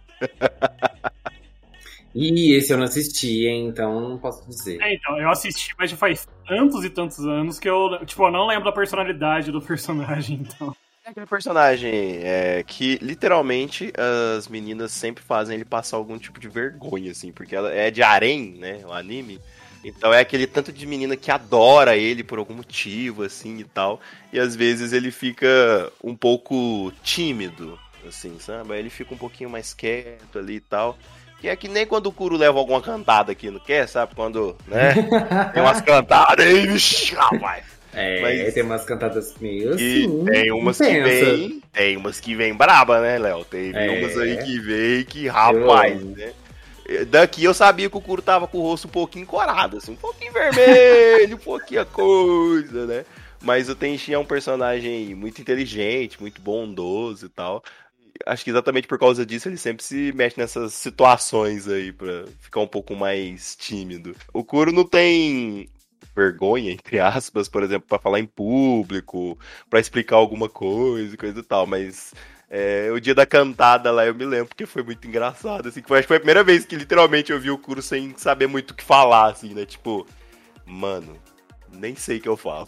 Ih, esse eu não assisti, hein? Então não posso dizer. É, então, eu assisti, mas já faz tantos e tantos anos que eu, tipo, eu não lembro da personalidade do personagem, então... É aquele personagem é, que, literalmente, as meninas sempre fazem ele passar algum tipo de vergonha, assim, porque ela é de harém, né, o anime. Então é aquele tanto de menina que adora ele por algum motivo, assim, e tal. E às vezes ele fica um pouco tímido, assim, sabe? Aí ele fica um pouquinho mais quieto ali e tal. Que é que nem quando o Kuro leva alguma cantada aqui, não quer? Sabe? Quando, né? Tem umas cantadas aí, vixi, rapaz. É, mas tem umas cantadas meio e assim. tem umas que vem, tem umas que vem braba, né, Léo? Tem é. umas aí que vem que, rapaz, né? Daqui eu sabia que o Kuro tava com o rosto um pouquinho corado, assim, um pouquinho vermelho, um pouquinho a coisa, né? Mas o Tenchi é um personagem muito inteligente, muito bondoso e tal. Acho que exatamente por causa disso ele sempre se mexe nessas situações aí pra ficar um pouco mais tímido. O Kuro não tem vergonha, entre aspas, por exemplo, pra falar em público, pra explicar alguma coisa, coisa e tal, mas é, o dia da cantada lá eu me lembro porque foi muito engraçado, assim, que foi, acho que foi a primeira vez que literalmente eu vi o Kuro sem saber muito o que falar, assim, né, tipo, mano, nem sei o que eu falo.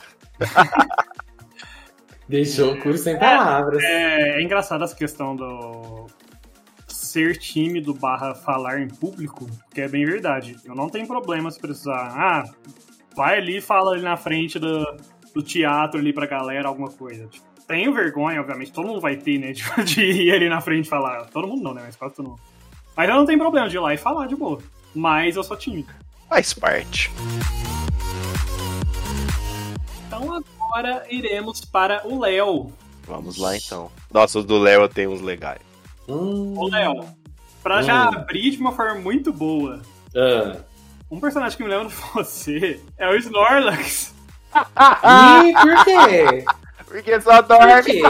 Deixou o Kuro sem palavras. É, é engraçado essa questão do ser tímido barra falar em público, que é bem verdade. Eu não tenho problema se precisar. Ah, vai ali e fala ali na frente do, do teatro ali pra galera alguma coisa. Tipo, tenho vergonha, obviamente, todo mundo vai ter, né, de, de ir ali na frente e falar. Todo mundo não, né, mas quase todo mundo. Mas eu não tenho problema de ir lá e falar de boa. Mas eu sou tímido. Faz parte. Então agora iremos para o Léo. Vamos lá então. Nossa, os do Léo eu tenho uns legais. Hum. Ô Léo, pra hum. já abrir de uma forma muito boa, uh. um personagem que me lembra de você é o Snorlax. Ih, por quê? Porque só dorme. Por quê?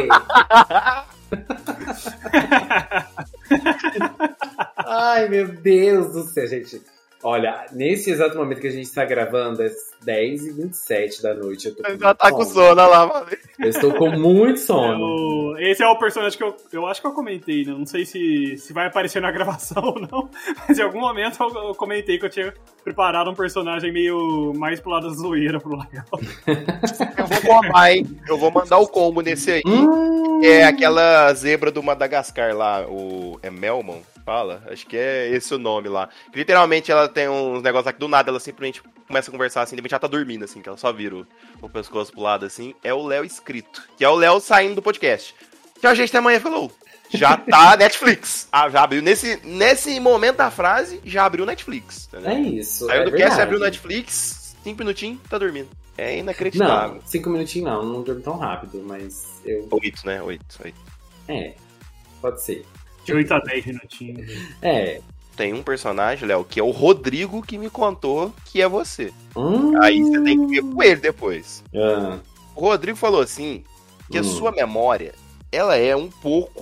Ai, meu Deus do céu, gente. Olha, nesse exato momento que a gente tá gravando, é dez e vinte e sete da noite. Eu tô com já tá sono. com sono, olha lá, mano. Eu estou com muito sono. Eu, esse é o personagem que eu, eu acho que eu comentei, né? Não sei se, se vai aparecer na gravação ou não, mas em algum momento eu, eu comentei que eu tinha preparado um personagem meio mais pro lado da zoeira pro Léo. Eu vou combar, hein? Eu vou mandar o combo nesse aí. Hum. É aquela zebra do Madagascar lá, o... É Melmon? Fala? Acho que é esse o nome lá. Que, literalmente ela tem uns negócios lá que do nada ela simplesmente começa a conversar assim, de repente ela tá dormindo assim, que ela só vira o, o pescoço pro lado assim. É o Léo escrito, que é o Léo saindo do podcast. Tchau, gente, até amanhã, falou. Já tá Netflix. Ah, já abriu. Nesse, nesse momento da frase, já abriu Netflix. Entendeu? É isso. Saiu é do verdade. cast, abriu Netflix, cinco minutinhos, tá dormindo. É inacreditável. Não, cinco minutinhos não, não durmo tão rápido, mas eu... Oito, né? Oito, oito. É, pode ser. De oito a dez minutinhos. É. Tem um personagem, Léo, que é o Rodrigo que me contou que é você. Hum. Aí você tem que ver com ele depois. Ah. O Rodrigo falou assim, que hum. a sua memória, ela é um pouco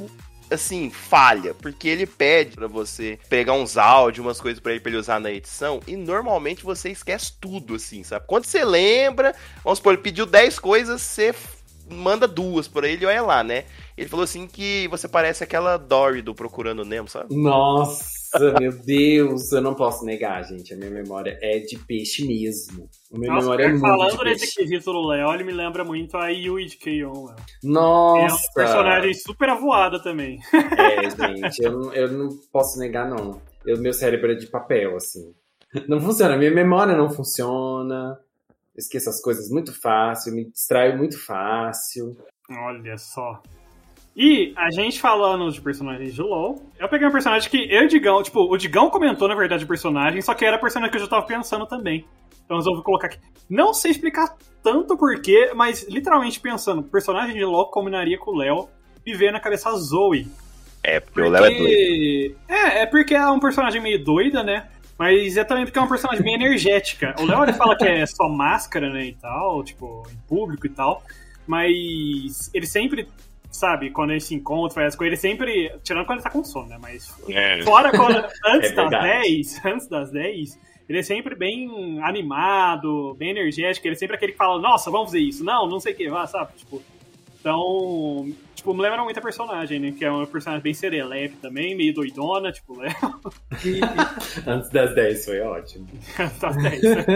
assim, falha, porque ele pede pra você pegar uns áudios, umas coisas pra ele, pra ele usar na edição, e normalmente você esquece tudo, assim, sabe? Quando você lembra, vamos supor, ele pediu dez coisas, você manda duas pra ele, olha lá, né? Ele falou assim que você parece aquela Dory do Procurando Nemo, sabe? Nossa, meu Deus, eu não posso negar, gente. A minha memória é de peixe mesmo. A minha Nossa, memória é muito falando de nesse peixe. quesito do Léo, ele me lembra muito a Yui de K-On! Nossa! É um personagem super avoada também. É, gente, eu, não- eu não posso negar, não. Eu, meu cérebro é de papel, assim. Não funciona, minha memória não funciona. Eu esqueço as coisas muito fácil, me distraio muito fácil. Olha só. E a gente falando de personagens de LoL, eu peguei um personagem que eu e o Digão, tipo, o Digão comentou, na verdade, o personagem, só que era personagem que eu já tava pensando também. Então eu resolvi colocar aqui. Não sei explicar tanto porquê, mas literalmente pensando, personagem de LoL combinaria com o Léo e veio na cabeça a Zoe. É, porque o Léo é doido. É, é porque é um personagem meio doida, né? Mas é também porque é um personagem meio energética. O Léo ele fala que é só máscara, né, e tal, tipo, em público e tal. Mas ele sempre, sabe, quando ele se encontra, faz as coisas, ele sempre. Tirando quando ele tá com sono, né? Mas É. fora quando. Antes É das verdade. dez, antes das dez, ele é sempre bem animado, bem energético. Ele é sempre aquele que fala, nossa, vamos fazer isso. Não, não sei o que, vá, sabe? Tipo. Então. Tipo, me lembra muito a personagem, né? Que é uma personagem bem serelepe também, meio doidona, tipo, Léo. Antes das dez foi ótimo. Antes das dez, né?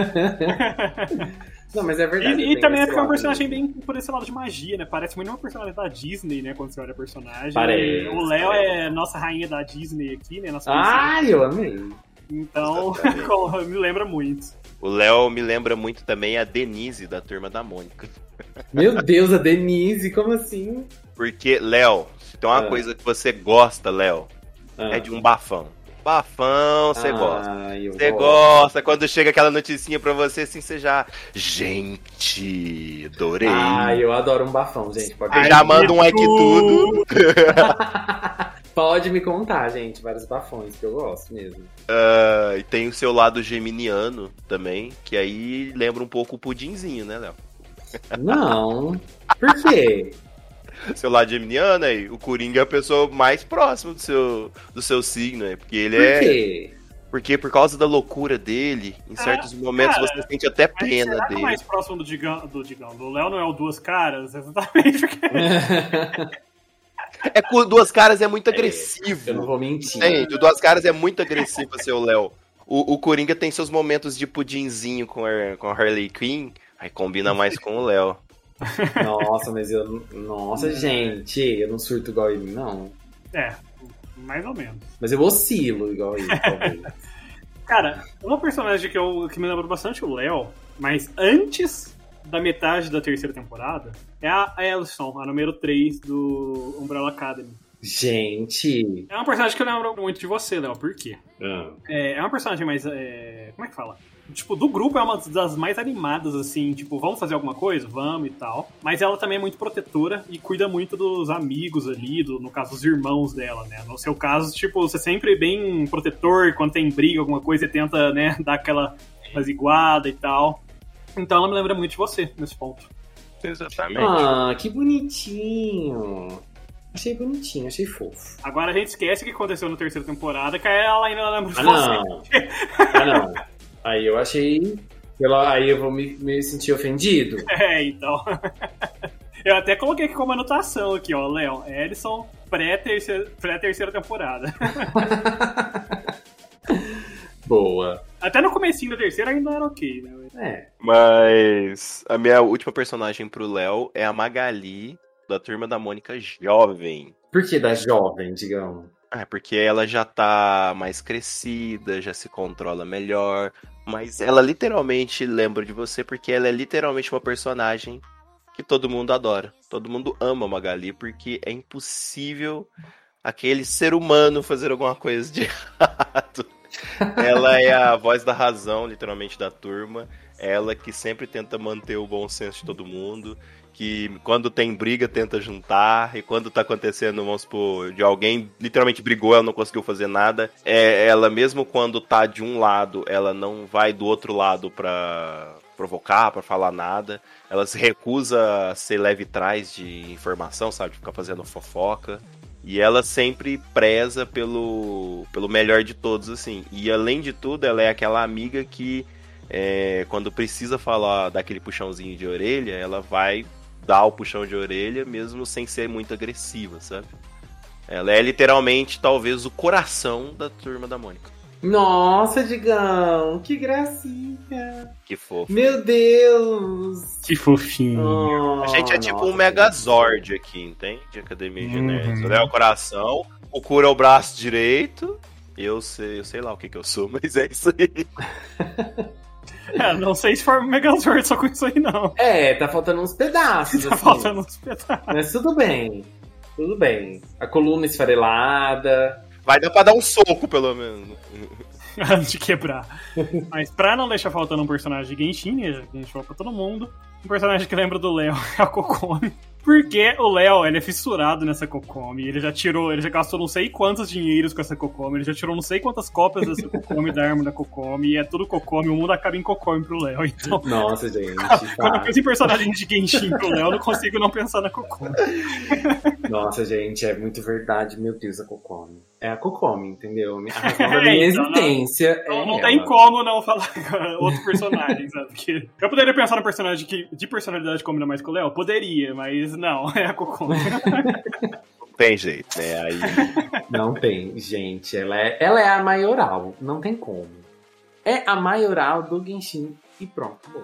Não, mas é verdade. E, e tem também é esse porque é um lado personagem mesmo. bem por esse lado de magia, né? Parece muito uma personagem da Disney, né? Quando você olha a personagem. Parece, O Léo parece. é nossa rainha da Disney aqui, né? Nossa princesa. Ai, eu amei. Então, me lembra muito. O Léo me lembra muito também a Denise da Turma da Mônica. Meu Deus, a Denise, como assim? Porque, Léo, se tem uma Ah. coisa que você gosta, Léo, Ah. é de um bafão. Bafão, você Ai, gosta. eu Você gosto. gosta, quando chega aquela noticinha pra você, assim, você já... Gente, adorei. Ai, eu adoro um bafão, gente. Pode, Você já manda um é que tudo. Pode me contar, gente, vários bafões que eu gosto mesmo. Ah, e tem o seu lado geminiano também, que aí lembra um pouco o pudinzinho, né, Léo? Não. Por quê? Seu lado geminiano aí, o Coringa é a pessoa mais próxima do seu, do seu signo, né? Porque ele Por é... quê? Porque por causa da loucura dele, em certos momentos cara, você sente até Mas pena será que o dele. mais próximo do Digão, do Digão, do Léo não é o Duas Caras? Exatamente porque... É que o Duas Caras é muito agressivo. Eu não vou mentir. Gente, o Duas Caras é muito agressivo, seu Léo. O, o Coringa tem seus momentos de pudinzinho com a, com a Harley Quinn, aí combina mais com o Léo. Nossa, mas eu. Nossa, gente, eu não surto igual ele, não. É, mais ou menos. Mas eu oscilo igual ele, talvez. Cara, uma personagem que, eu, que me lembrou bastante o Léo, mas antes da metade da terceira temporada, é a Alyson, a número três do Umbrella Academy. Gente. É uma personagem que eu lembro muito de você, Léo, por quê? Ah. É, é uma personagem mais... é, como é que fala? Tipo, do grupo é uma das mais animadas, assim, tipo, vamos fazer alguma coisa? Vamos e tal. Mas ela também é muito protetora e cuida muito dos amigos ali, do, no caso, dos irmãos dela, né? No seu caso, tipo, você é sempre bem protetor, quando tem briga, alguma coisa, você tenta, né, dar aquela apaziguada e tal. Então ela me lembra muito de você, nesse ponto. Exatamente. Ah, que bonitinho. Achei bonitinho, achei fofo. Agora a gente esquece o que aconteceu na terceira temporada, que ela ainda lembra de Ah, você. não. Ah, não. Aí eu achei... Pela... Aí eu vou me, me sentir ofendido. É, então. Eu até coloquei aqui como anotação aqui, ó, Léo. Ellison, pré-terceira, pré-terceira temporada. Boa. Até no comecinho da terceira ainda era ok, né? É. Mas a minha última personagem pro Léo é a Magali, da Turma da Mônica jovem. Por que da jovem, digamos? Ah, porque ela já tá mais crescida, já se controla melhor. Mas ela literalmente lembra de você porque ela é literalmente uma personagem que todo mundo adora. Todo mundo ama a Magali porque é impossível aquele ser humano fazer alguma coisa de errado. Ela é a voz da razão, literalmente, da turma. Ela que sempre tenta manter o bom senso de todo mundo. Que quando tem briga, tenta juntar. E quando tá acontecendo, vamos supor, de alguém literalmente brigou, ela não conseguiu fazer nada. É, ela mesmo quando tá de um lado, ela não vai do outro lado pra provocar, pra falar nada. Ela se recusa a ser leve trás de informação, sabe? De ficar fazendo fofoca. E ela sempre preza pelo, pelo melhor de todos, assim. E além de tudo, ela é aquela amiga que, é, quando precisa falar daquele puxãozinho de orelha, ela vai dar o puxão de orelha, mesmo sem ser muito agressiva, sabe? Ela é literalmente, talvez, o coração da Turma da Mônica. Nossa, Digão, que gracinha. Que fofo. Meu Deus. Que fofinho. Oh, a gente é tipo nossa, um Megazord aqui, entende? Academia de Uhum. Nerds. O Léo é o coração, o Cura é o braço direito. Eu sei, eu sei lá o que que eu sou, mas é isso aí. É, não sei se for Megazord só com isso aí, não. É, tá faltando uns pedaços. Tá assim. faltando uns pedaços. Mas tudo bem. Tudo bem. A coluna esfarelada. Vai dar pra dar um soco, pelo menos. Antes de quebrar. Mas pra não deixar faltando um personagem de Genshin, a gente falou pra todo mundo, um personagem que lembra do Léo é a Kokomi. Porque o Léo, ele é fissurado nessa Kokomi. Ele já tirou, ele já gastou não sei quantos dinheiros com essa Kokomi. Ele já tirou não sei quantas cópias dessa Kokomi, da arma da Kokomi. E é tudo Kokomi, o mundo acaba em Kokomi pro Léo. Então, nossa, gente. Quando eu penso em personagem de Genshin pro Léo, eu não consigo não pensar na Kokomi. Nossa, gente, é muito verdade. Meu Deus, a Kokomi. É a Kokomi, entendeu? A razão da É, minha então, existência não, é não ela. tem como não falar outro personagem, sabe? Porque eu poderia pensar num personagem que de personalidade combina mais com o Léo? Poderia, mas não, é a Kokomi. Não tem jeito, né? Aí... Não tem, gente. Ela é, ela é a maioral. Não tem como. É a maioral do Genshin e pronto. Bom.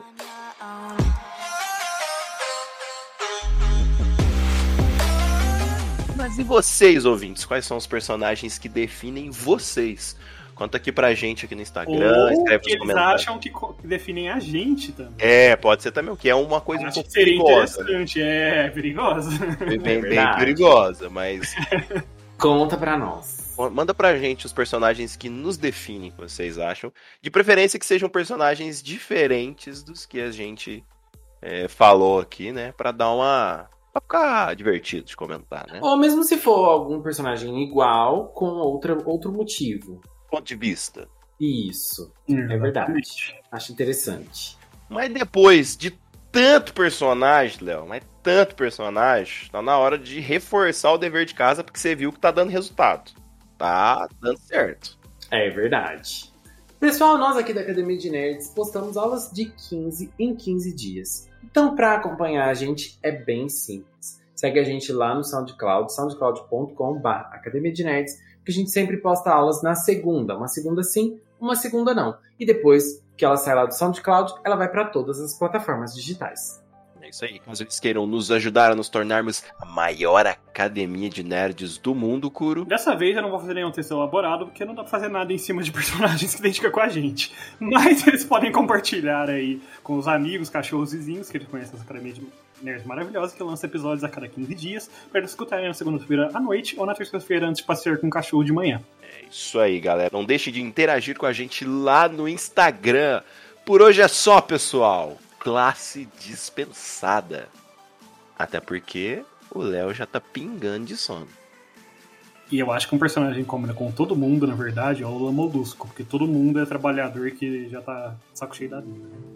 Mas e vocês, ouvintes? Quais são os personagens que definem vocês? Conta aqui pra gente aqui no Instagram, Ou escreve que nos eles comentários. acham que, co- que definem a gente também. É, pode ser também, o que é uma coisa um Acho pouco que seria perigosa. interessante, é perigosa. Bem, bem, bem verdade. perigosa, mas Conta pra nós. manda pra gente os personagens que nos definem, que vocês acham. De preferência que sejam personagens diferentes dos que a gente é, falou aqui, né? Pra dar uma... pra ficar divertido de comentar, né? Ou mesmo se for algum personagem igual, com outra, outro motivo. Ponto de vista. Isso. É verdade. Acho interessante. Mas depois de tanto personagem, Léo, mas tanto personagem, tá na hora de reforçar o dever de casa, porque você viu que tá dando resultado. Tá dando certo. É verdade. Pessoal, nós aqui da Academia de Nerds postamos aulas de quinze em quinze dias. Então, para acompanhar a gente, é bem simples. Segue a gente lá no SoundCloud, soundcloud ponto com barra Academia de Nerds, que a gente sempre posta aulas na segunda. Uma segunda sim, uma segunda não. E depois que ela sai lá do SoundCloud, ela vai para todas as plataformas digitais. É isso aí. Caso eles queiram nos ajudar a nos tornarmos a maior academia de nerds do mundo, Kuro. Dessa vez eu não vou fazer nenhum texto elaborado, porque não dá pra fazer nada em cima de personagens que identificam com a gente. Mas eles podem compartilhar aí com os amigos, cachorros vizinhos, que eles conhecem essa academia de nerds maravilhosa, que lança episódios a cada quinze dias, para eles escutarem na segunda-feira à noite ou na terça-feira antes de passear com o cachorro de manhã. É isso aí, galera. Não deixe de interagir com a gente lá no Instagram. Por hoje é só, pessoal. Classe dispensada. Até porque o Léo já tá pingando de sono. E eu acho que um personagem que combina com todo mundo, na verdade, é o Lula Molusco, porque todo mundo é trabalhador que já tá saco cheio da vida, né?